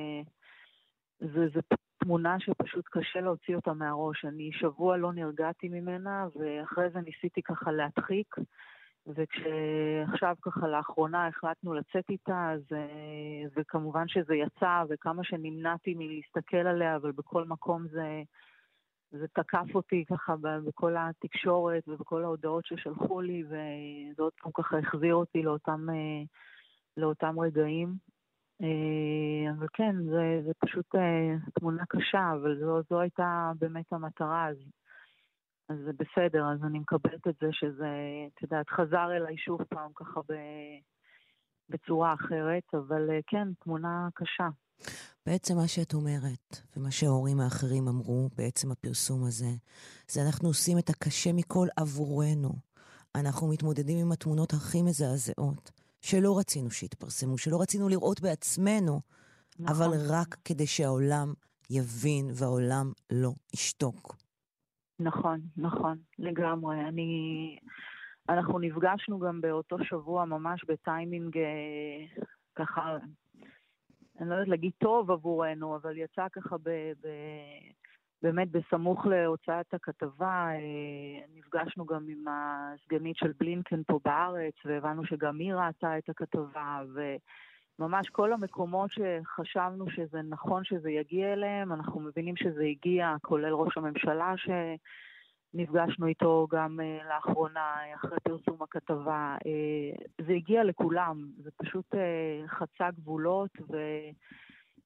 זה תמונה שפשוט קשה להוציא אותה מהראש. אני שבוע לא נרגעתי ממנה, ואחרי זה ניסיתי ככה להדחיק, וכשעכשיו ככה לאחרונה החלטנו לצאת איתה, וכמובן שזה יצא, וכמה שנמנעתי מלהסתכל עליה, אבל בכל מקום זה תקף אותי ככה בכל התקשורת ובכל ההודעות ששלחו לי, וזה עוד פעם ככה החזיר אותי לאותם רגעים. אבל כן, זה פשוט תמונה קשה, אבל זו הייתה באמת המטרה. אז זה בסדר, אז אני מקבלת את זה שזה, את יודעת, חזר אליי שוב פעם ככה בצורה אחרת, אבל כן, תמונה קשה. בעצם מה שאת אומרת, ומה שההורים האחרים אמרו בעצם הפרסום הזה, זה אנחנו עושים את הקשה מכל עבורנו. אנחנו מתמודדים עם התמונות הכי מזעזעות, שלא רצינו שיתפרסמו, שלא רצינו לראות בעצמנו, נכון. אבל רק כדי שהעולם יבין והעולם לא ישתוק. נכון, לגמרי. אנחנו נפגשנו גם באותו שבוע ממש בטיימינג ככה, אני לא יודעת להגיד טוב עבורנו, אבל יצא ככה באמת בסמוך להוצאת הכתבה, נפגשנו גם עם הסגנית של בלינקן פה בארץ, והבנו שגם היא ראתה את הכתבה, וממש כל המקומות שחשבנו שזה נכון שזה יגיע אליהם, אנחנו מבינים שזה הגיע, כולל ראש הממשלה שנפגשנו איתו גם לאחרונה, אחרי פרסום הכתבה. זה הגיע לכולם, זה פשוט חצה גבולות,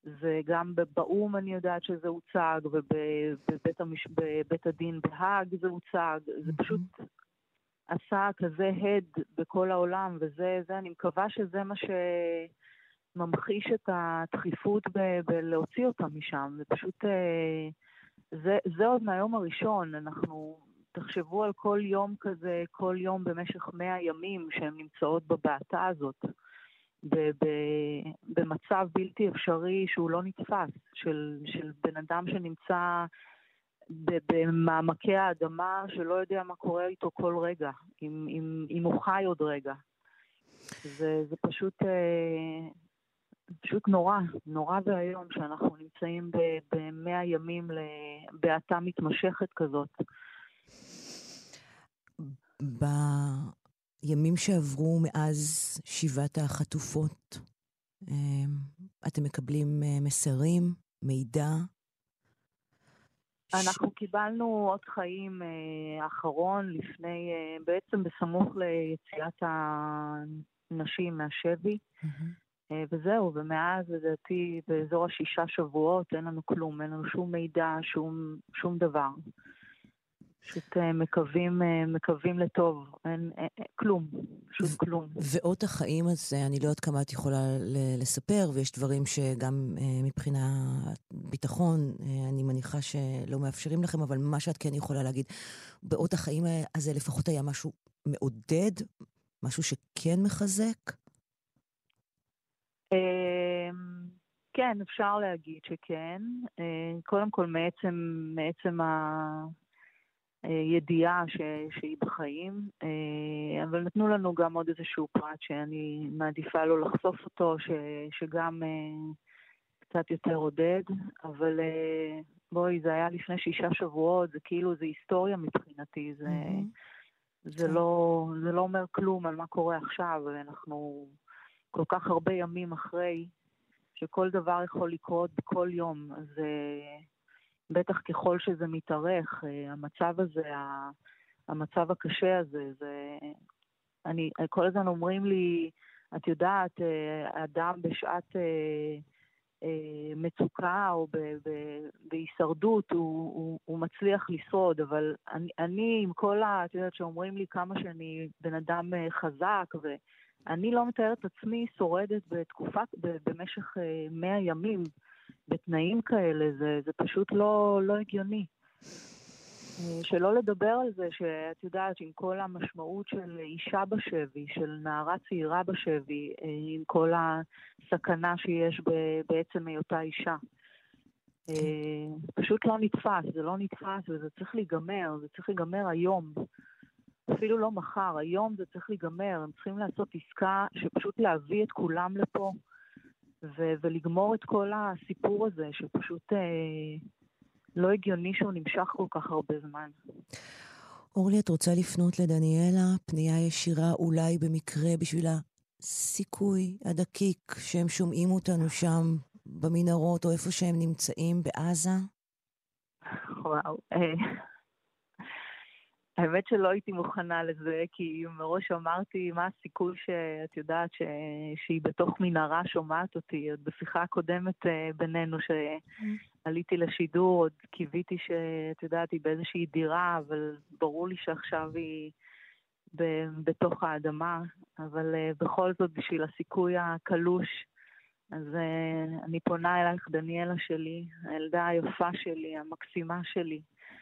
זה גם באום אני יודעת שזה הוצג, ובבית הדין בהאג זה הוצג, זה פשוט עשה כזה הד בכל העולם, וזה, אני מקווה שזה מה שממחיש את הדחיפות בלהוציא אותם משם. זה פשוט, זה עוד מהיום הראשון. תחשבו על כל יום כזה, כל יום במשך 100 ימים שהן נמצאות בבעתה הזאת, במצב בלתי אפשרי שהוא לא נתפס, של בן אדם שנמצא במעמקי האדמה, שלא יודע מה קורה איתו כל רגע, אם הוא חי עוד רגע. זה פשוט נורא והיום שאנחנו נמצאים ב100 ימים לבעתה מתמשכת כזאת. בימים שעברו מאז שיבת החטופות, אתם מקבלים מסרים, מידע? אנחנו קיבלנו עוד חיים האחרון לפני, בעצם בסמוך ליציאת הנשים מהשבי, וזהו, ומאז לדעתי באזור 6 שבועות אין לנו כלום, אין לנו שום מידע, שום דבר. פשוט מקווים לטוב, אין כלום, פשוט כלום. ואות החיים הזה, אני לא יודעת כמה את יכולה לספר, ויש דברים שגם מבחינה ביטחון, אני מניחה שלא מאפשרים לכם, אבל מה שאת כן יכולה להגיד, באות החיים הזה לפחות היה משהו מעודד, משהו שכן מחזק? כן, אפשר להגיד שכן. קודם כל מעצם הידיעה שהיא בחיים, אבל נתנו לנו גם עוד איזשהו פרט שאני מעדיפה לא לחשוף אותו, שגם קצת יותר עודד, אבל בואי, זה היה לפני 6 שבועות, זה כאילו, זה היסטוריה מבחינתי, זה לא אומר כלום על מה קורה עכשיו, אנחנו כל כך הרבה ימים אחרי, שכל דבר יכול לקרות בכל יום, אז בטח ככל שזה מתארך, המצב הזה, המצב הקשה הזה, כל הזמן אומרים לי, את יודעת, אדם בשעת מצוקה או בהישרדות, הוא מצליח לשרוד, אבל אני עם כל את יודעת שאומרים לי כמה שאני בן אדם חזק, ואני לא מתארת עצמי שורדת במשך 100 ימים, בתנאים כאלה, זה פשוט לא הגיוני. שלא לדבר על זה שאת יודעת, עם כל המשמעות של אישה בשבי, של נערה צעירה בשבי, עם כל הסכנה שיש בעצם היותה אישה. פשוט לא נתפס, זה לא נתפס, וזה צריך להיגמר, זה צריך להיגמר היום. אפילו לא מחר, היום זה צריך להיגמר, הם צריכים לעשות עסקה שפשוט להביא את כולם לפה, ולגמור את כל הסיפור הזה, שפשוט לא הגיוני שהוא נמשך כל כך הרבה זמן. אורלי, את רוצה לפנות לדניאלה, פנייה ישירה אולי במקרה בשביל הסיכוי הדקיק שהם שומעים אותנו שם במנהרות או איפה שהם נמצאים בעזה? וואו, האמת שלא הייתי מוכנה לזה, כי מראש אמרתי מה הסיכוי שאת יודעת שהיא בתוך מנהרה שומעת אותי. עוד בשיחה הקודמת בינינו שעליתי לשידור, עוד קיוויתי שאת יודעת היא באיזושהי דירה, אבל ברור לי שעכשיו היא בתוך האדמה. אבל בכל זאת בשביל הסיכוי הקלוש, אז אני פונה אלייך דניאלה שלי, הילדה היפה שלי, המקסימה שלי.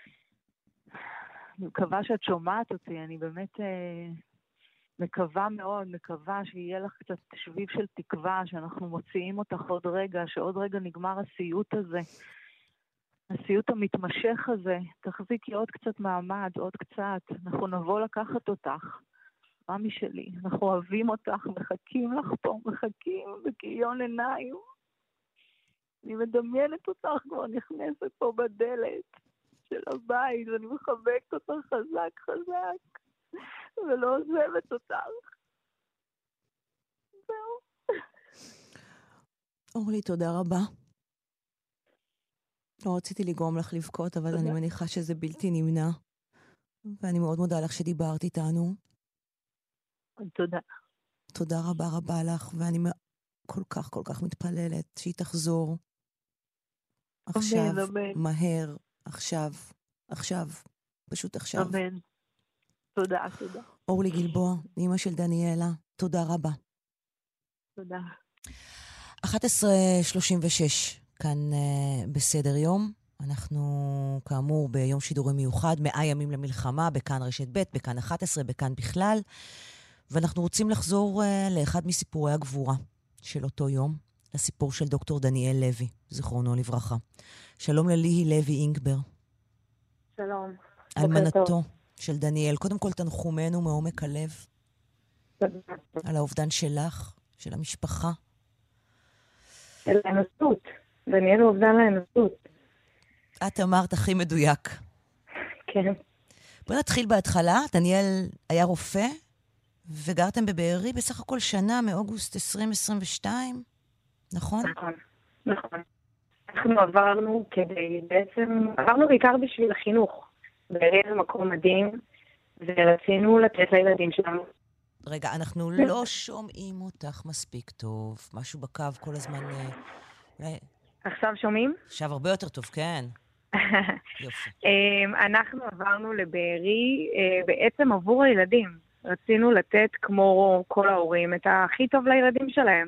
אני מקווה שאת שומעת אותי, אני באמת מקווה מאוד, מקווה שיהיה לך קצת שביב של תקווה, שאנחנו מוציאים אותך עוד רגע, שעוד רגע נגמר הסיוט הזה, הסיוט המתמשך הזה, תחזיקי עוד קצת מעמד, עוד קצת, אנחנו נבוא לקחת אותך, ממי שלי, אנחנו אוהבים אותך, מחכים לך פה, מחכים בכיליון עיניים, אני מדמיינת אותך כבר נכנסת פה בדלת, של הבית, ואני מחבקת אותך חזק חזק, ולא עוזבת אותך. זהו. אורלי, תודה רבה. לא רציתי לגרום לך לבכות, אבל אני מניחה שזה בלתי נמנע. ואני מאוד מודה לך שדיברת איתנו. תודה. תודה רבה רבה לך, ואני כל כך מתפללת שהיא תחזור עכשיו, אמן. מהר, עכשיו, פשוט עכשיו. אמן. תודה. אורלי גלבוע, אמא של דניאלה, תודה רבה. תודה. 11:36 כאן בסדר יום. אנחנו כאמור ביום שידורי מיוחד, 100 ימים למלחמה, בכאן רשת ב', בכאן 11, בכאן בכלל. ואנחנו רוצים לחזור לאחד מסיפורי הגבורה של אותו יום, לסיפור של דוקטור דניאל לוי, זיכרונו לברכה. שלום לליהי לוי אינגבר. שלום. אלמנתו של דניאל. קודם כל תנחומנו מעומק הלב. על האובדן שלך, של המשפחה. של האנושות. דניאל הוא אובדן לאנושות. את אמרת הכי מדויק. כן. בוא נתחיל בהתחלה. דניאל היה רופא, וגרתם בבארי בסך הכל שנה מאוגוסט 2022, נכון? נכון. אנחנו עברנו עברנו בעיקר בשביל החינוך. בארי זה מקום מדהים, ורצינו לתת לילדים שלנו. רגע, אנחנו לא שומעים אותך מספיק טוב. משהו בקו כל הזמן... עכשיו שומעים? עכשיו הרבה יותר טוב, כן. יופי. אנחנו עברנו לבארי בעצם עבור הילדים. רצינו לתת כמו כל ההורים את הכי טוב לילדים שלהם.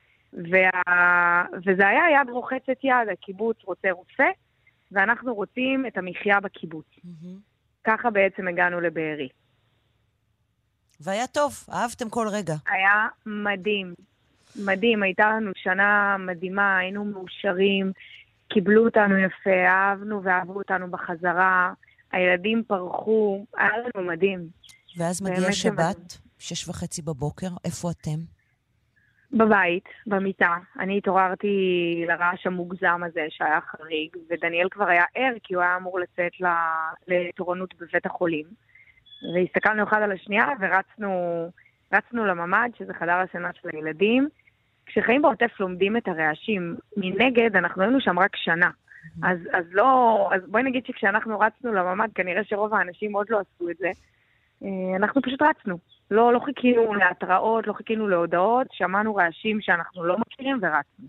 וזה היה יד רוחצת יד. הקיבוץ רוצה רופא, ואנחנו רוצים את המחיה בקיבוץ. ככה בעצם הגענו לבארי. והיה טוב, אהבתם כל רגע. היה מדהים. מדהים, הייתה לנו שנה מדהימה, היינו מאושרים, קיבלו אותנו יפה, אהבנו ואהבו אותנו בחזרה, הילדים פרחו, היה לנו מדהים. ואז מגיע שבת, 6:30 בבוקר, איפה אתם? בבית, במיטה. אני התעוררתי לרעש המוגזם הזה שהיה חריג, ודניאל כבר היה ער כי הוא היה אמור לצאת לתורנות בבית החולים. והסתכלנו אחד על השנייה ורצנו לממד, שזה חדר השינה של הילדים. כשחיים בעוטף לומדים את הרעשים מנגד, אנחנו היינו שם רק שנה. אז בואי נגיד שכשאנחנו רצנו לממד, כנראה שרוב האנשים עוד לא עשו את זה. אנחנו פשוט רצנו. לא חיכינו להתראות, לא חיכינו להודעות, שמענו רעשים שאנחנו לא מכירים ורצנו.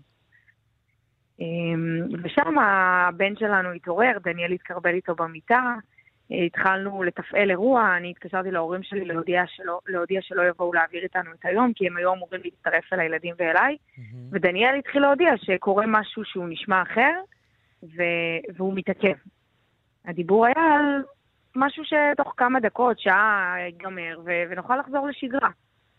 ושם הבן שלנו התעורר, דניאל התקרבל איתו במיטה, התחלנו לתפעל אירוע, אני התקשרתי להורים שלי להודיע שלא יבואו להעביר איתנו את היום, כי הם היו אמורים להצטרף אל הילדים ואליי, ודניאל התחיל להודיע שקורה משהו שהוא נשמע אחר, והוא מתעכב. הדיבור היה על משהו שתוך כמה דקות, שעה ייגמר, ונוכל לחזור לשגרה.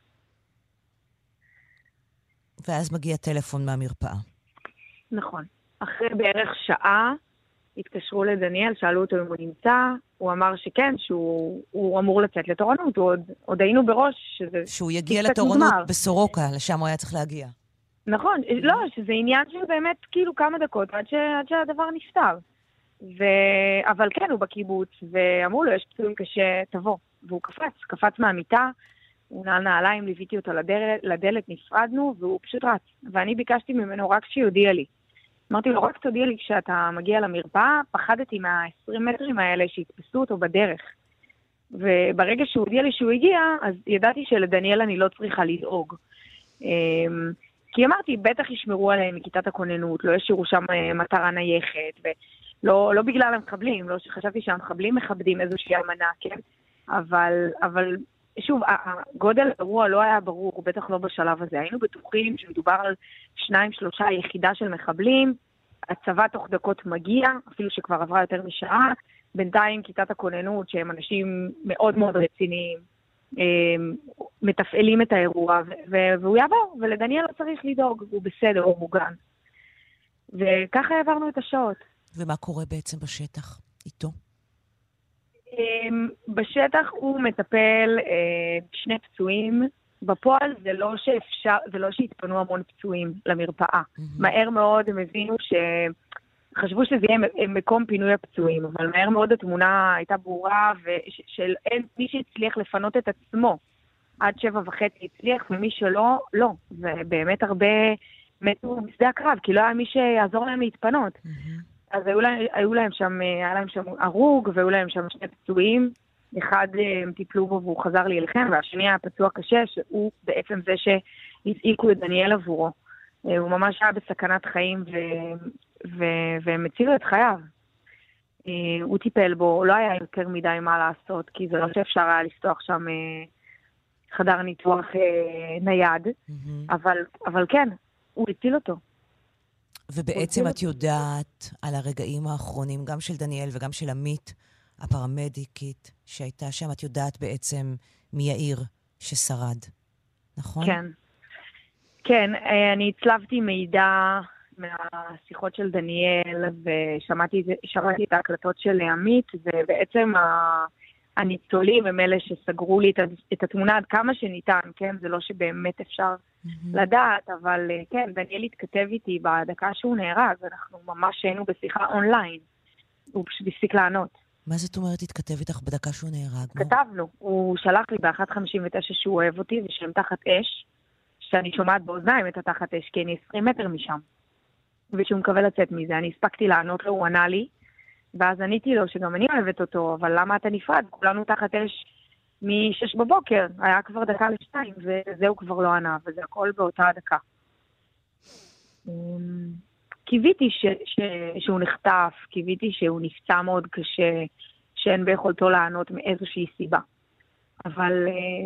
ואז מגיע טלפון מהמרפאה. נכון. אחרי בערך שעה, התקשרו לדניאל, שאלו אותו אם הוא נמצא, הוא אמר שכן, שהוא אמור לצאת לתורנות, עוד היינו בראש שהוא יגיע לתורנות בסורוקה, לשם הוא היה צריך להגיע. נכון, לא, שזה עניין של באמת כאילו כמה דקות, עד שהדבר נפטר. אבל כן, הוא בקיבוץ, ואמרו לו, יש פצועים קשה, תבוא. והוא קפץ מהמיטה, הוא נעל נעליים, ליוויתי אותו לדלת, נפרדנו, והוא פשוט רץ. ואני ביקשתי ממנו רק שיודיע לי. אמרתי לו, רק תודיע לי כשאתה מגיע למרפאה, פחדתי מה-20 מטרים האלה שהתפסו אותו בדרך. וברגע שהוא הודיע לי שהוא הגיע, אז ידעתי שלדניאל אני לא צריכה לדאוג. כי אמרתי, בטח ישמרו עליהם מכיתת הכוננות, לא ישאירו שם מטרה נייחת, ולא בגלל המחבלים, לא שחשבתי שהמחבלים מכבדים איזושהי אמנה, כן? אבל שוב, הגודל האירוע לא היה ברור, בטח לא בשלב הזה. היינו בטוחים שמדובר על 2-3 יחידה של מחבלים, הצבא תוך דקות מגיע, אפילו שכבר עברה יותר משעה, בינתיים כיתת הכוננות, שהם אנשים מאוד מאוד רציניים, מתפעלים את האירוע, והוא יעבור, ולדניאל לא צריך לדאוג, הוא בסדר, הוא מוגן. וככה העברנו את השעות. ומה קורה בעצם בשטח איתו? בשטח הוא מטפל שני פצועים. בפועל זה לא שהתפנו המון פצועים למרפאה. מהר מאוד הם הבינו חשבו שזה יהיה מקום פינוי הפצועים, אבל מהר מאוד התמונה הייתה ברורה, ושאין מי שהצליח לפנות את עצמו עד 7:30 הצליח, ומי שלא, לא. ובאמת הרבה מתו בשדה הקרב, כי לא היה מי שיעזור להם להתפנות. אז היה להם שם הרוג, והיו להם שם שני פצועים. אחד הם טיפלו בו והוא חזר להילחם, והשני היה פצוע קשה, שהוא בעצם זה שהזעיקו את דניאל עבורו. הוא ממש היה בסכנת חיים, והם הצילו את חייו. הוא טיפל בו, לא היה יותר מדי מה לעשות, כי זה לא שאפשר היה לפתוח שם חדר ניתוח נייד, אבל כן, הוא הציל אותו. ובעצם את יודעת על הרגעים האחרונים, גם של דניאל וגם של עמית, הפרמדיקית שהייתה שם, את יודעת בעצם מיאיר ששרד, נכון? כן. כן, אני הצלבתי מידע מהשיחות של דניאל, ושמעתי את ההקלטות של עמית, ובעצם הניצולים הם אלה שסגרו לי את התמונה עד כמה שניתן, כן? זה לא שבאמת אפשר לדעת, אבל כן, דניאל התכתב איתי בדקה שהוא נהרג, אנחנו ממש היינו בשיחה אונליין. הוא פשוט הפסיק לענות. מה זאת אומרת התכתב איתך בדקה שהוא נהרג? כתבנו, הוא שלח לי ב-1:59 שהוא אוהב אותי ושהם תחת אש, שאני שומעת באוזניים את התחת אש, כי אני 20 מטר משם. ושהוא מקווה לצאת מזה, אני הספקתי לענות לו, הוא ענה לי, ואז עניתי לו שגם אני אוהבת אותו, אבל למה אתה נפרד? כולנו תחת אש מ-6 בבוקר, היה כבר 1:50, וזהו כבר לא ענה, וזה הכל באותה דקה. קיוויתי שהוא נחטף, קיוויתי שהוא נפצע מאוד קשה, שאין ביכולתו לענות מאיזושהי סיבה. אבל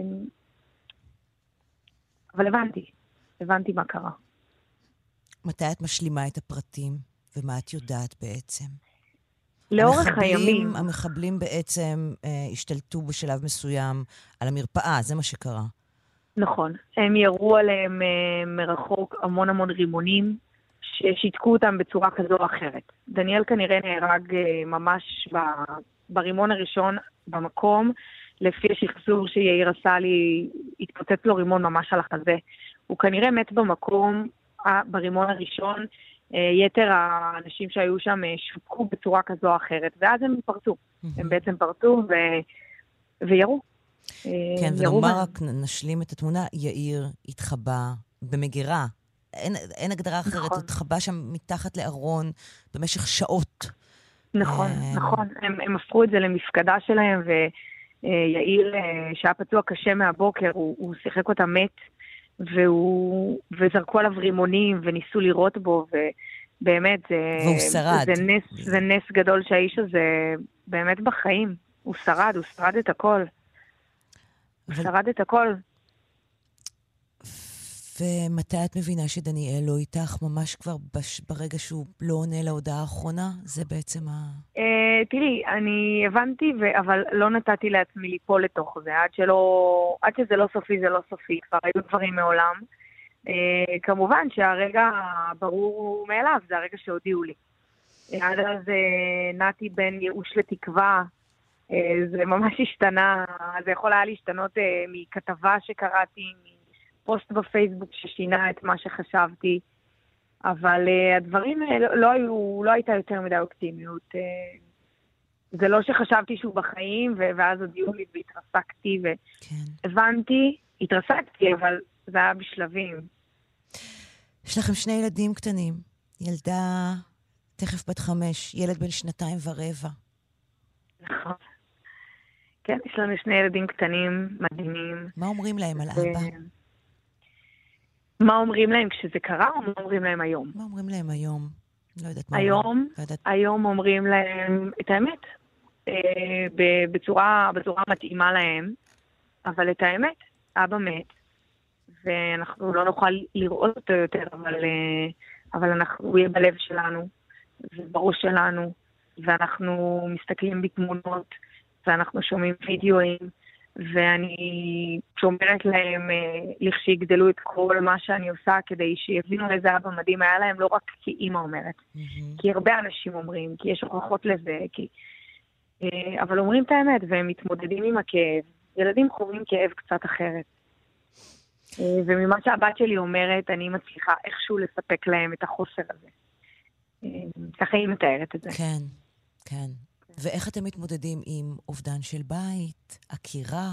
הבנתי מה קרה. מתי את משלימה את הפרטים, ומה את יודעת בעצם? לאורך הימים. המחבלים בעצם השתלטו בשלב מסוים על המרפאה, זה מה שקרה. נכון. הם ירו עליהם מרחוק המון רימונים, ששיתקו אותם בצורה כזו או אחרת. דניאל כנראה נהרג ממש ברימון הראשון במקום, לפי השחזור שיאיר עשה לי, התפוצץ לו רימון ממש על החזה. הוא כנראה מת במקום, ברימון הראשון, יתר האנשים שהיו שם שוקו בצורה כזו או אחרת, ואז הם פרצו. הם בעצם פרצו וירו. כן, ונאמר רק נשלים את התמונה, יאיר התחבא במגירה. אין הגדרה אחרת, התחבא שם מתחת לארון במשך שעות. נכון. הם הפכו את זה למפקדה שלהם, ויאיר, שהיה פצוע קשה מהבוקר, הוא שיחק אותה מת, וזרקו עליו רימונים, וניסו לירות בו, ובאמת, זה נס גדול שהאיש הזה באמת בחיים. הוא שרד את הכל. הוא שרד את הכל. ומתי את מבינה שדניאל לא איתך ממש כבר ברגע שהוא לא עונה להודעה האחרונה? זה בעצם תראי, אני הבנתי, אבל לא נתתי לעצמי ליפול לתוך זה. עד שזה לא סופי, זה לא סופי. כבר היו דברים מעולם. כמובן שהרגע ברור מאליו, זה הרגע שהודיעו לי. עד אז נעתי בין ייאוש לתקווה. זה ממש השתנה. זה יכול היה להשתנות מכתבה שקראתי, פוסט בפייסבוק ששינה את מה שחשבתי, אבל הדברים לא הייתה יותר מדי אופטימיות. זה לא שחשבתי שהוא בחיים, ואז הודיעו לי והתרסקתי, והבנתי, התרסקתי, אבל זה היה בשלבים. יש לכם 2 ילדים קטנים, ילדה תכף בת 5, ילד בן 2.25. נכון. כן, יש לנו 2 ילדים קטנים, מדהימים. מה אומרים להם על אבא? מה אומרים להם כשזה קרה, או מה אומרים להם היום? מה אומרים להם היום? לא יודעת מה היום אומרים להם את האמת. בצורה מתאימה להם, אבל את האמת, אבא מת, ואנחנו לא נוכל לראות אותו יותר, אבל הוא יהיה בלב שלנו, ובראש שלנו, ואנחנו מסתכלים בתמונות, ואנחנו שומעים וידאוים, ואני שומרת להם לכשיגדלו את כל מה שאני עושה, כדי שיבינו איזה אבא מדהים היה להם, לא רק כי אמא אומרת. כי הרבה אנשים אומרים, כי יש הוכחות לזה, אבל אומרים את האמת, והם מתמודדים עם הכאב. ילדים חווים כאב קצת אחרת. וממה שהבת שלי אומרת, אני מצליחה איכשהו לספק להם את החוסר הזה. ככה היא מתארת את זה. כן, כן. ואיך אתם מתמודדים עם אובדן של בית, עקירה?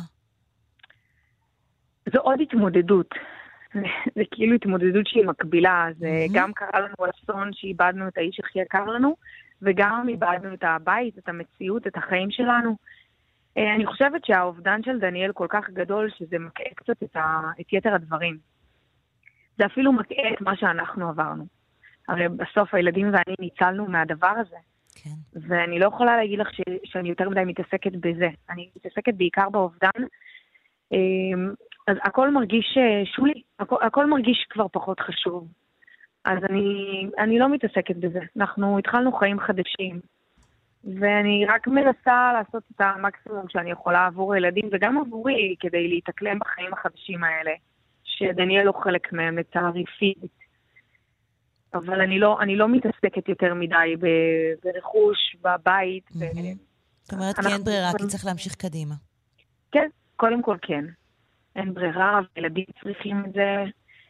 זו עוד התמודדות. זה כאילו התמודדות שהיא מקבילה. זה גם קרה לנו אסון שאיבדנו את האיש הכי יקר לנו, וגם איבדנו את הבית, את המציאות, את החיים שלנו. אני חושבת שהאובדן של דניאל כל כך גדול, שזה מקעה קצת את יתר הדברים. זה אפילו מקעה את מה שאנחנו עברנו. הרי בסוף הילדים ואני ניצלנו מהדבר הזה. כן. ואני לא יכולה להגיד לך שאני יותר מדי מתעסקת בזה. אני מתעסקת בעיקר באובדן. אז הכל מרגיש שולי, הכל מרגיש כבר פחות חשוב. אז אני לא מתעסקת בזה. אנחנו התחלנו חיים חדשים. ואני רק מנסה לעשות את המקסימום שאני יכולה עבור הילדים, וגם עבורי, כדי להתאקלם בחיים החדשים האלה, שדניאל לא חלק מהם, לצערי פיזית. אבל אני לא מתעסקת יותר מדי ברכוש, בבית. זאת אומרת, כי אין ברירה, כי צריך להמשיך קדימה. כן, קודם כל כן. אין ברירה, וילדים צריכים את זה,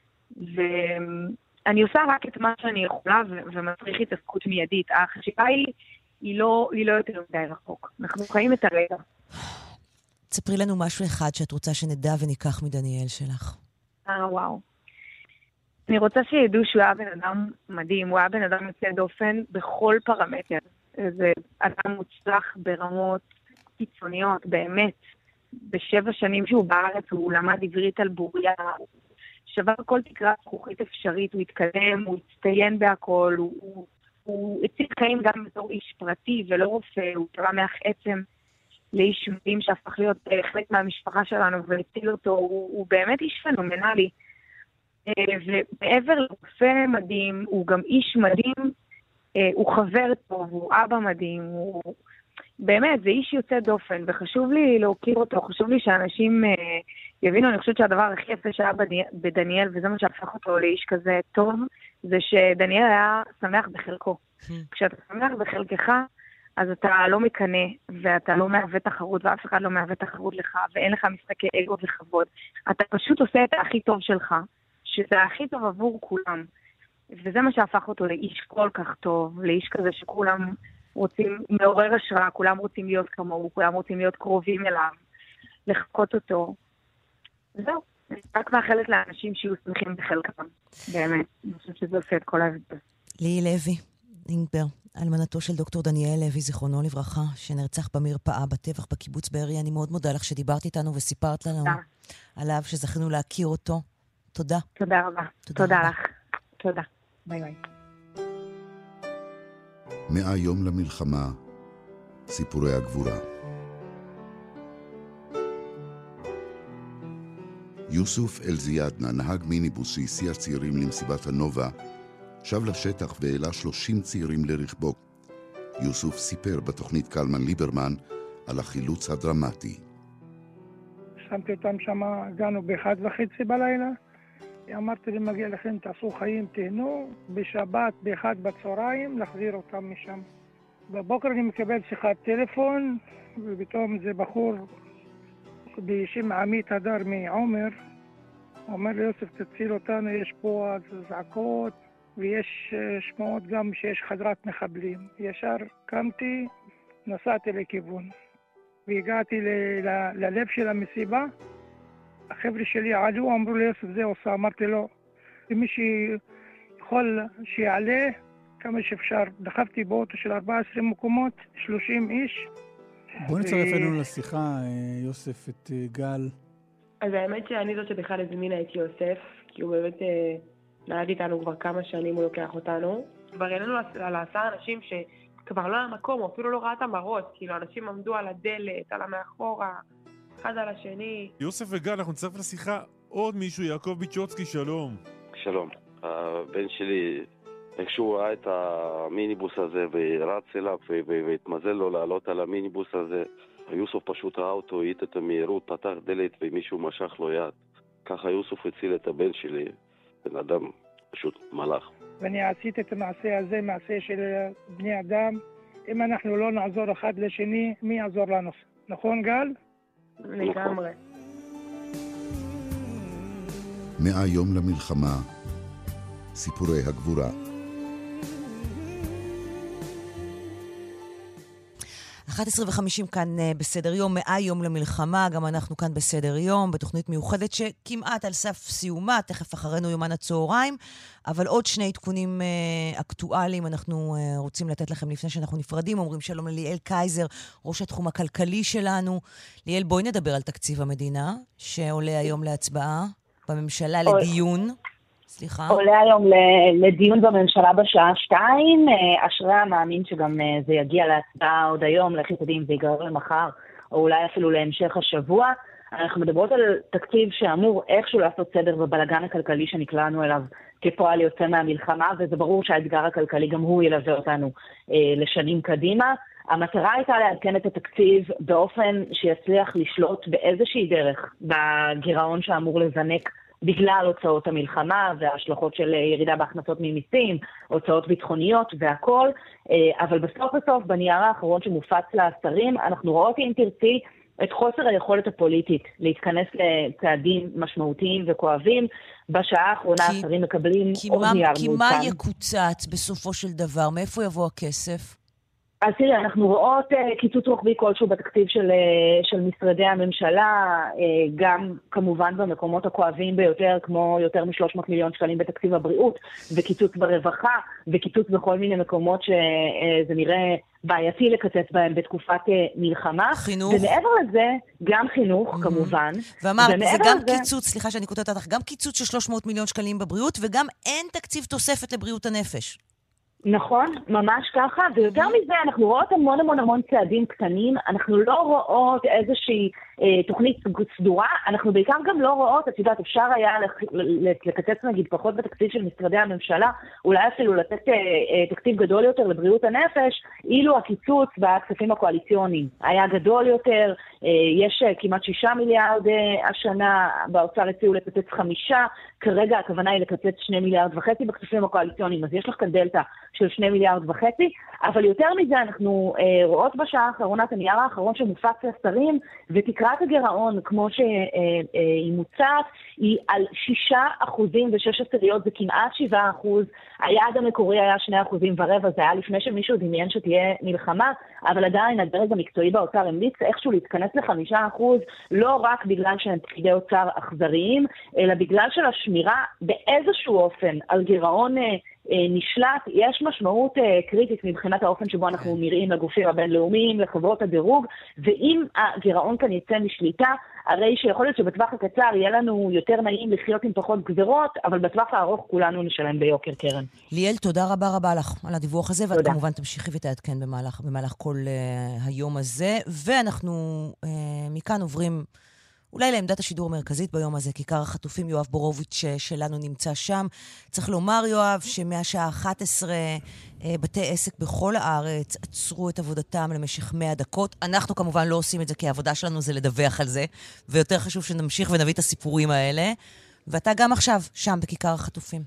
ואני עושה רק את מה שאני יכולה, ומצריך התעסקות מיידית. החשיבה היא לא יותר מדי רחוק. אנחנו חיים את הרגע. תספרי לנו משהו אחד שאת רוצה שנדע וניקח מדניאל שלך. וואו. אני רוצה שידעו שהוא היה בן אדם מדהים, הוא היה בן אדם יוצא דופן בכל פרמטר. זה אדם מוצלח ברמות קיצוניות, באמת. ב7 שנים שהוא בארץ, הוא למד עברית על בוריה, הוא שבר כל תקרת זכוכית אפשרית, הוא התקדם, הוא הצטיין בהכל, הוא הציל חיים גם בתור איש פרטי ולא רופא, הוא פרמח עצם לאיש מדהים שהפך להיות חלק מהמשפחה שלנו והציל אותו, הוא באמת איש פנומנלי. ומעבר לרופא מדהים, הוא גם איש מדהים, הוא חבר טוב, הוא אבא מדהים, הוא באמת, זה איש יוצא דופן, וחשוב לי להוקיר אותו, חשוב לי שאנשים יבינו, אני חושבת שהדבר הכי יפה שהיה בדניאל, וזה מה שהפך אותו לאיש כזה טוב, זה שדניאל היה שמח בחלקו. כשאתה שמח בחלקך, אז אתה לא מקנה, ואתה לא מהווה תחרות, ואף אחד לא מהווה תחרות לך, ואין לך משחקי אגו וכבוד. אתה פשוט עושה את הכי טוב שלך, שזה הכי טוב עבור כולם. וזה מה שהפך אותו לאיש כל כך טוב, לאיש כזה שכולם רוצים, מעורר השראה, כולם רוצים להיות כמוהו, כולם רוצים להיות קרובים אליו, לחכות אותו. זהו, אני רק מאחלת לאנשים שיהיו שמחים בחלקם, באמת. אני חושבת שזה עושה את כל ההבדל. ליהי לוי, אינגבר, אלמנתו של דוקטור דניאל לוי, זיכרונו לברכה, שנרצח במרפאה בטבח בקיבוץ בארי. אני מאוד מודה לך שדיברת איתנו וסיפרת לנו עליו, שזכינו להכיר אותו. תודה. תודה רבה. תודה לך. תודה. ביי ביי. 100 יום למלחמה, סיפורי הגבורה. יוסוף אלזיאדנה, נהג מיניבוס שהסיע צעירים למסיבת הנובה, שב לשטח והעלה 30 צעירים לרכבו. יוסוף סיפר בתוכנית קלמן ליברמן על החילוץ הדרמטי. שמתי אותם שם, הגענו ב1:30 בלילה. אמרתי לי, מגיע לכם, תעשו חיים, תהנו, בשבת, ב13:00 להחזיר אותם משם. בבוקר אני מקבל שיחת טלפון, ופתאום זה בחור בשם עמית הדר מעומר, אומר לי, יוסף, תציל אותנו, יש פה זעקות, ויש שמועות גם שיש חדרת מחבלים. ישר קמתי, נסעתי לכיוון, והגעתי ללב של המסיבה. החבר'ה שלי עלו, אמרו לי, יוסף, זה עושה. אמרתי לו, למי שיכול שיעלה כמה שאפשר. דחפתי באוטו של 14 מקומות, 30 איש. בוא נצרף אלינו לשיחה, יוסף, את גל. אז האמת שאני זאת שבכלל הזמינה את יוסף, כי הוא באמת נהג איתנו כבר כמה שנים, הוא לוקח אותנו. כבר העלינו על 10 אנשים שכבר לא היה מקום, הוא אפילו לא ראה את המראות, כאילו אנשים עמדו על הדלת, על המאחורה, אחד על השני. יוסף וגל, אנחנו נצטרף לשיחה עוד מישהו, יעקב ביצ'וצקי, שלום. שלום. הבן שלי, איכשהו ראה את המיניבוס הזה ורץ אליו והתמזל לו לעלות על המיניבוס הזה. יוסף פשוט ראה אותו, העיט את המהירות, פתח דלת ומישהו משך לו יד. ככה יוסף הציל את הבן שלי, בן אדם פשוט מלאך. ואני עשיתי את המעשה הזה, מעשה של בני אדם. אם אנחנו לא נעזור אחד לשני, מי יעזור לנו? נכון, גל? לגמרי. 100 יום למלחמה, סיפורי הגבורה. ו50 כאן בסדר יום, 100 יום למלחמה, גם אנחנו כאן בסדר יום, בתוכנית מיוחדת שכמעט על סף סיומה, תכף אחרינו יומן הצהריים, אבל עוד 2 עדכונים אקטואליים אנחנו רוצים לתת לכם לפני שאנחנו נפרדים. אומרים שלום לליאל קייזר, ראש התחום הכלכלי שלנו. ליאל, בואי נדבר על תקציב המדינה, שעולה היום להצבעה בממשלה לדיון. סליחה? עולה היום לדיון בממשלה בשעה 2. אשרי המאמין שגם זה יגיע להצבעה עוד היום, לכי תדעי אם זה ייגרר למחר, או אולי אפילו להמשך השבוע. אנחנו מדברות על תקציב שאמור איכשהו לעשות סדר בבלגן הכלכלי שנקלענו אליו כפועל יוצא מהמלחמה, וזה ברור שהאתגר הכלכלי גם הוא ילווה אותנו לשנים קדימה. המטרה הייתה לעדכן את התקציב באופן שיצליח לשלוט באיזושהי דרך בגירעון שאמור לזנק בגלל הוצאות המלחמה וההשלכות של ירידה בהכנסות ממיסים, הוצאות ביטחוניות והכל, אבל בסוף בנייר האחרון שמופץ לשרים, אנחנו רואות אם תרצי את חוסר היכולת הפוליטית להתכנס לצעדים משמעותיים וכואבים. בשעה האחרונה השרים מקבלים עוד נייר מעודכן. כי מה יקוצץ בסופו של דבר? מאיפה יבוא הכסף? אז תראי, אנחנו רואות קיצוץ רוחבי כלשהו בתקציב של משרדי הממשלה, גם כמובן במקומות הכואבים ביותר, כמו יותר מ-300 מיליון שקלים בתקציב הבריאות, וקיצוץ ברווחה, וקיצוץ בכל מיני מקומות שזה נראה בעייתי לקצץ בהם בתקופת מלחמה. חינוך. ומעבר לזה, גם חינוך כמובן. ואמרת, זה גם קיצוץ, סליחה שאני קוטעת אותך, גם קיצוץ של 300 מיליון שקלים בבריאות, וגם אין תקציב תוספת לבריאות הנפש. נכון, ממש ככה, ויותר מזה אנחנו רואות המון צעדים קטנים, אנחנו לא רואות איזושהי תוכנית סדורה, אנחנו בעיקר גם לא רואות, את יודעת, אפשר היה לקצץ נגיד פחות בתקציב של משרדי הממשלה, אולי אפילו לתת תקציב גדול יותר לבריאות הנפש, אילו הקיצוץ בכספים הקואליציוניים היה גדול יותר, יש כמעט 6 מיליארד השנה, באוצר הציעו לקצץ 5, כרגע הכוונה היא לקצץ 2.5 מיליארד בכספים הקואליציוניים, אז יש לך כאן דלטה של 2.5 מיליארד, אבל יותר מזה אנחנו רואות בשעה האחרונה את הנייר האחרון שמופץ לשרים, ותקרת הגירעון כמו שהיא מוצעת היא על 6.6%, זה כמעט 7%, היעד המקורי היה 2.25%, זה היה לפני שמישהו דמיין שתהיה מלחמה, אבל עדיין הדרג המקצועי באוצר המליץ איכשהו להתכנס ל5%, לא רק בגלל שהם פקידי אוצר אכזריים, אלא בגלל של השמירה באיזשהו אופן על גירעון נשלט. יש משמעות קריטית מבחינת האופן שבו אנחנו נראים לגופים הבינלאומיים, לחברות הדירוג, ואם הגירעון כאן יצא משליטה, הרי שיכול להיות שבטווח הקצר יהיה לנו יותר נעים לחיות עם פחות גזרות, אבל בטווח הארוך כולנו נשלם ביוקר. קרן. ליאל, תודה רבה לך על הדיווח הזה, ואת כמובן תמשיכי ותעדכן במהלך כל היום הזה, ואנחנו מכאן עוברים אולי לעמדת השידור המרכזית ביום הזה, כיכר החטופים. יואב בורוביץ' שלנו נמצא שם. צריך לומר, יואב, שמהשעה 11 בתי עסק בכל הארץ עצרו את עבודתם למשך 100 דקות. אנחנו כמובן לא עושים את זה, כי העבודה שלנו זה לדווח על זה, ויותר חשוב שנמשיך ונביא את הסיפורים האלה. ואתה גם עכשיו שם בכיכר החטופים.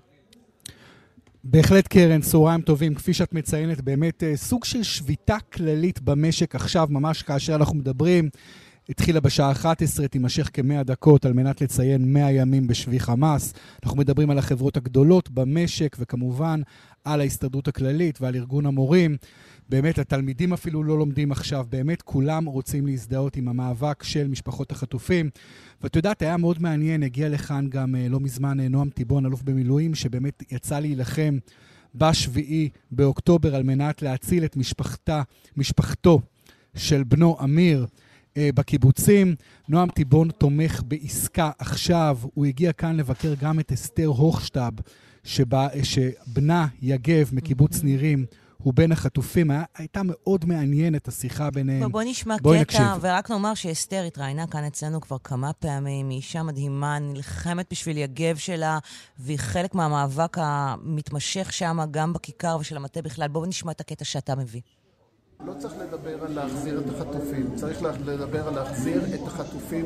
בהחלט קרן, צהריים טובים, כפי שאת מציינת, באמת סוג של שביתה כללית במשק עכשיו, ממש כאשר אנחנו מדברים, התחילה בשעה 11, תימשך כ100 דקות על מנת לציין 100 ימים בשבי חמאס. אנחנו מדברים על החברות הגדולות במשק, וכמובן על ההסתדרות הכללית ועל ארגון המורים. באמת התלמידים אפילו לא לומדים עכשיו, באמת כולם רוצים להזדהות עם המאבק של משפחות החטופים. ואת יודעת, היה מאוד מעניין, הגיע לכאן גם לא מזמן נועם טיבון, אלוף במילואים, שבאמת יצא להילחם ב7 באוקטובר על מנת להציל את משפחתו של בנו אמיר בקיבוצים. נועם טיבון תומך בעסקה עכשיו, הוא הגיע כאן לבקר גם את אסתר הוכשטב, שבנה יגב מקיבוץ נירים, הוא בין החטופים. הייתה מאוד מעניינת השיחה ביניהם. בוא נשמע קטע, ורק נאמר שאסתר התראיינה כאן אצלנו כבר כמה פעמים, היא אישה מדהימה, נלחמת בשביל יגב שלה, והיא חלק מהמאבק המתמשך שם, גם בכיכר ושל המטה בכלל. בוא נשמע את הקטע שאתה מביא. לא צריך לדבר על להחזיר את החטופים, צריך לדבר על להחזיר את החטופים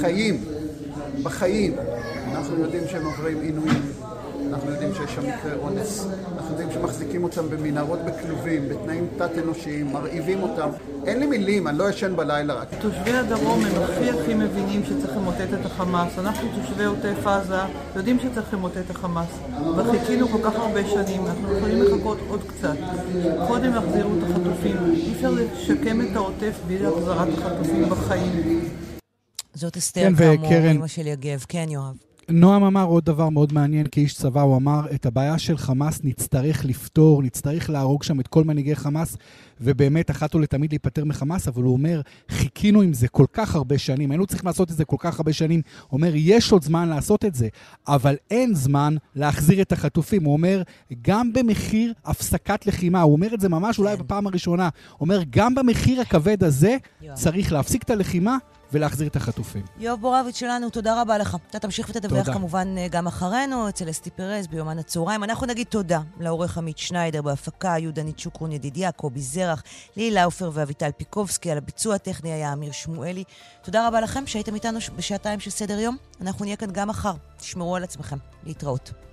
בחיים. אנחנו יודעים שהם עוברים עינויים, אנחנו יודעים שיש שם מקרה אונס, אנחנו יודעים שמחזיקים אותם במנהרות בכלובים, בתנאים תת-אנושיים, מרעיבים אותם. אין לי מילים, אני לא ישן בלילה רק. תושבי הדרום הם הכי מבינים שצריך למוטט את החמאס. אנחנו תושבי עוטף עזה יודעים שצריך למוטט את החמאס. וחיכינו כל כך הרבה שנים, אנחנו יכולים לחכות עוד קצת. קודם החזירו את החטופים, אי אפשר לשקם את העוטף בלי החזרת החטופים בחיים. זאת אסתר כאמור, אמא של יגב. כן, יואב. נועם אמר עוד דבר מאוד מעניין כאיש צבא, הוא אמר, את הבעיה של חמאס נצטרך לפתור, נצטרך להרוג שם את כל מנהיגי חמאס, ובאמת אחת ולתמיד להיפטר מחמאס, אבל הוא אומר, חיכינו עם זה כל כך הרבה שנים, היינו צריכים לעשות את זה כל כך הרבה שנים, הוא אומר, יש עוד זמן לעשות את זה, אבל אין זמן להחזיר את החטופים, הוא אומר, גם במחיר הפסקת לחימה, הוא אומר את זה ממש אולי בפעם הראשונה, הוא אומר, גם במחיר הכבד הזה, צריך להפסיק את הלחימה, ולהחזיר את החטופים. יואב בורביץ' שלנו, תודה רבה לך. אתה תמשיך ותדווח כמובן גם אחרינו, אצל אסתי פרז ביומן הצהריים. אנחנו נגיד תודה לעורך עמית שניידר בהפקה, יהודנית שוקרון ידידיה, קובי זרח, ליהי לאופר ואביטל פיקובסקי, על הביצוע הטכני היה אמיר שמואלי. תודה רבה לכם שהייתם איתנו בשעתיים של סדר יום. אנחנו נהיה כאן גם מחר. תשמרו על עצמכם. להתראות.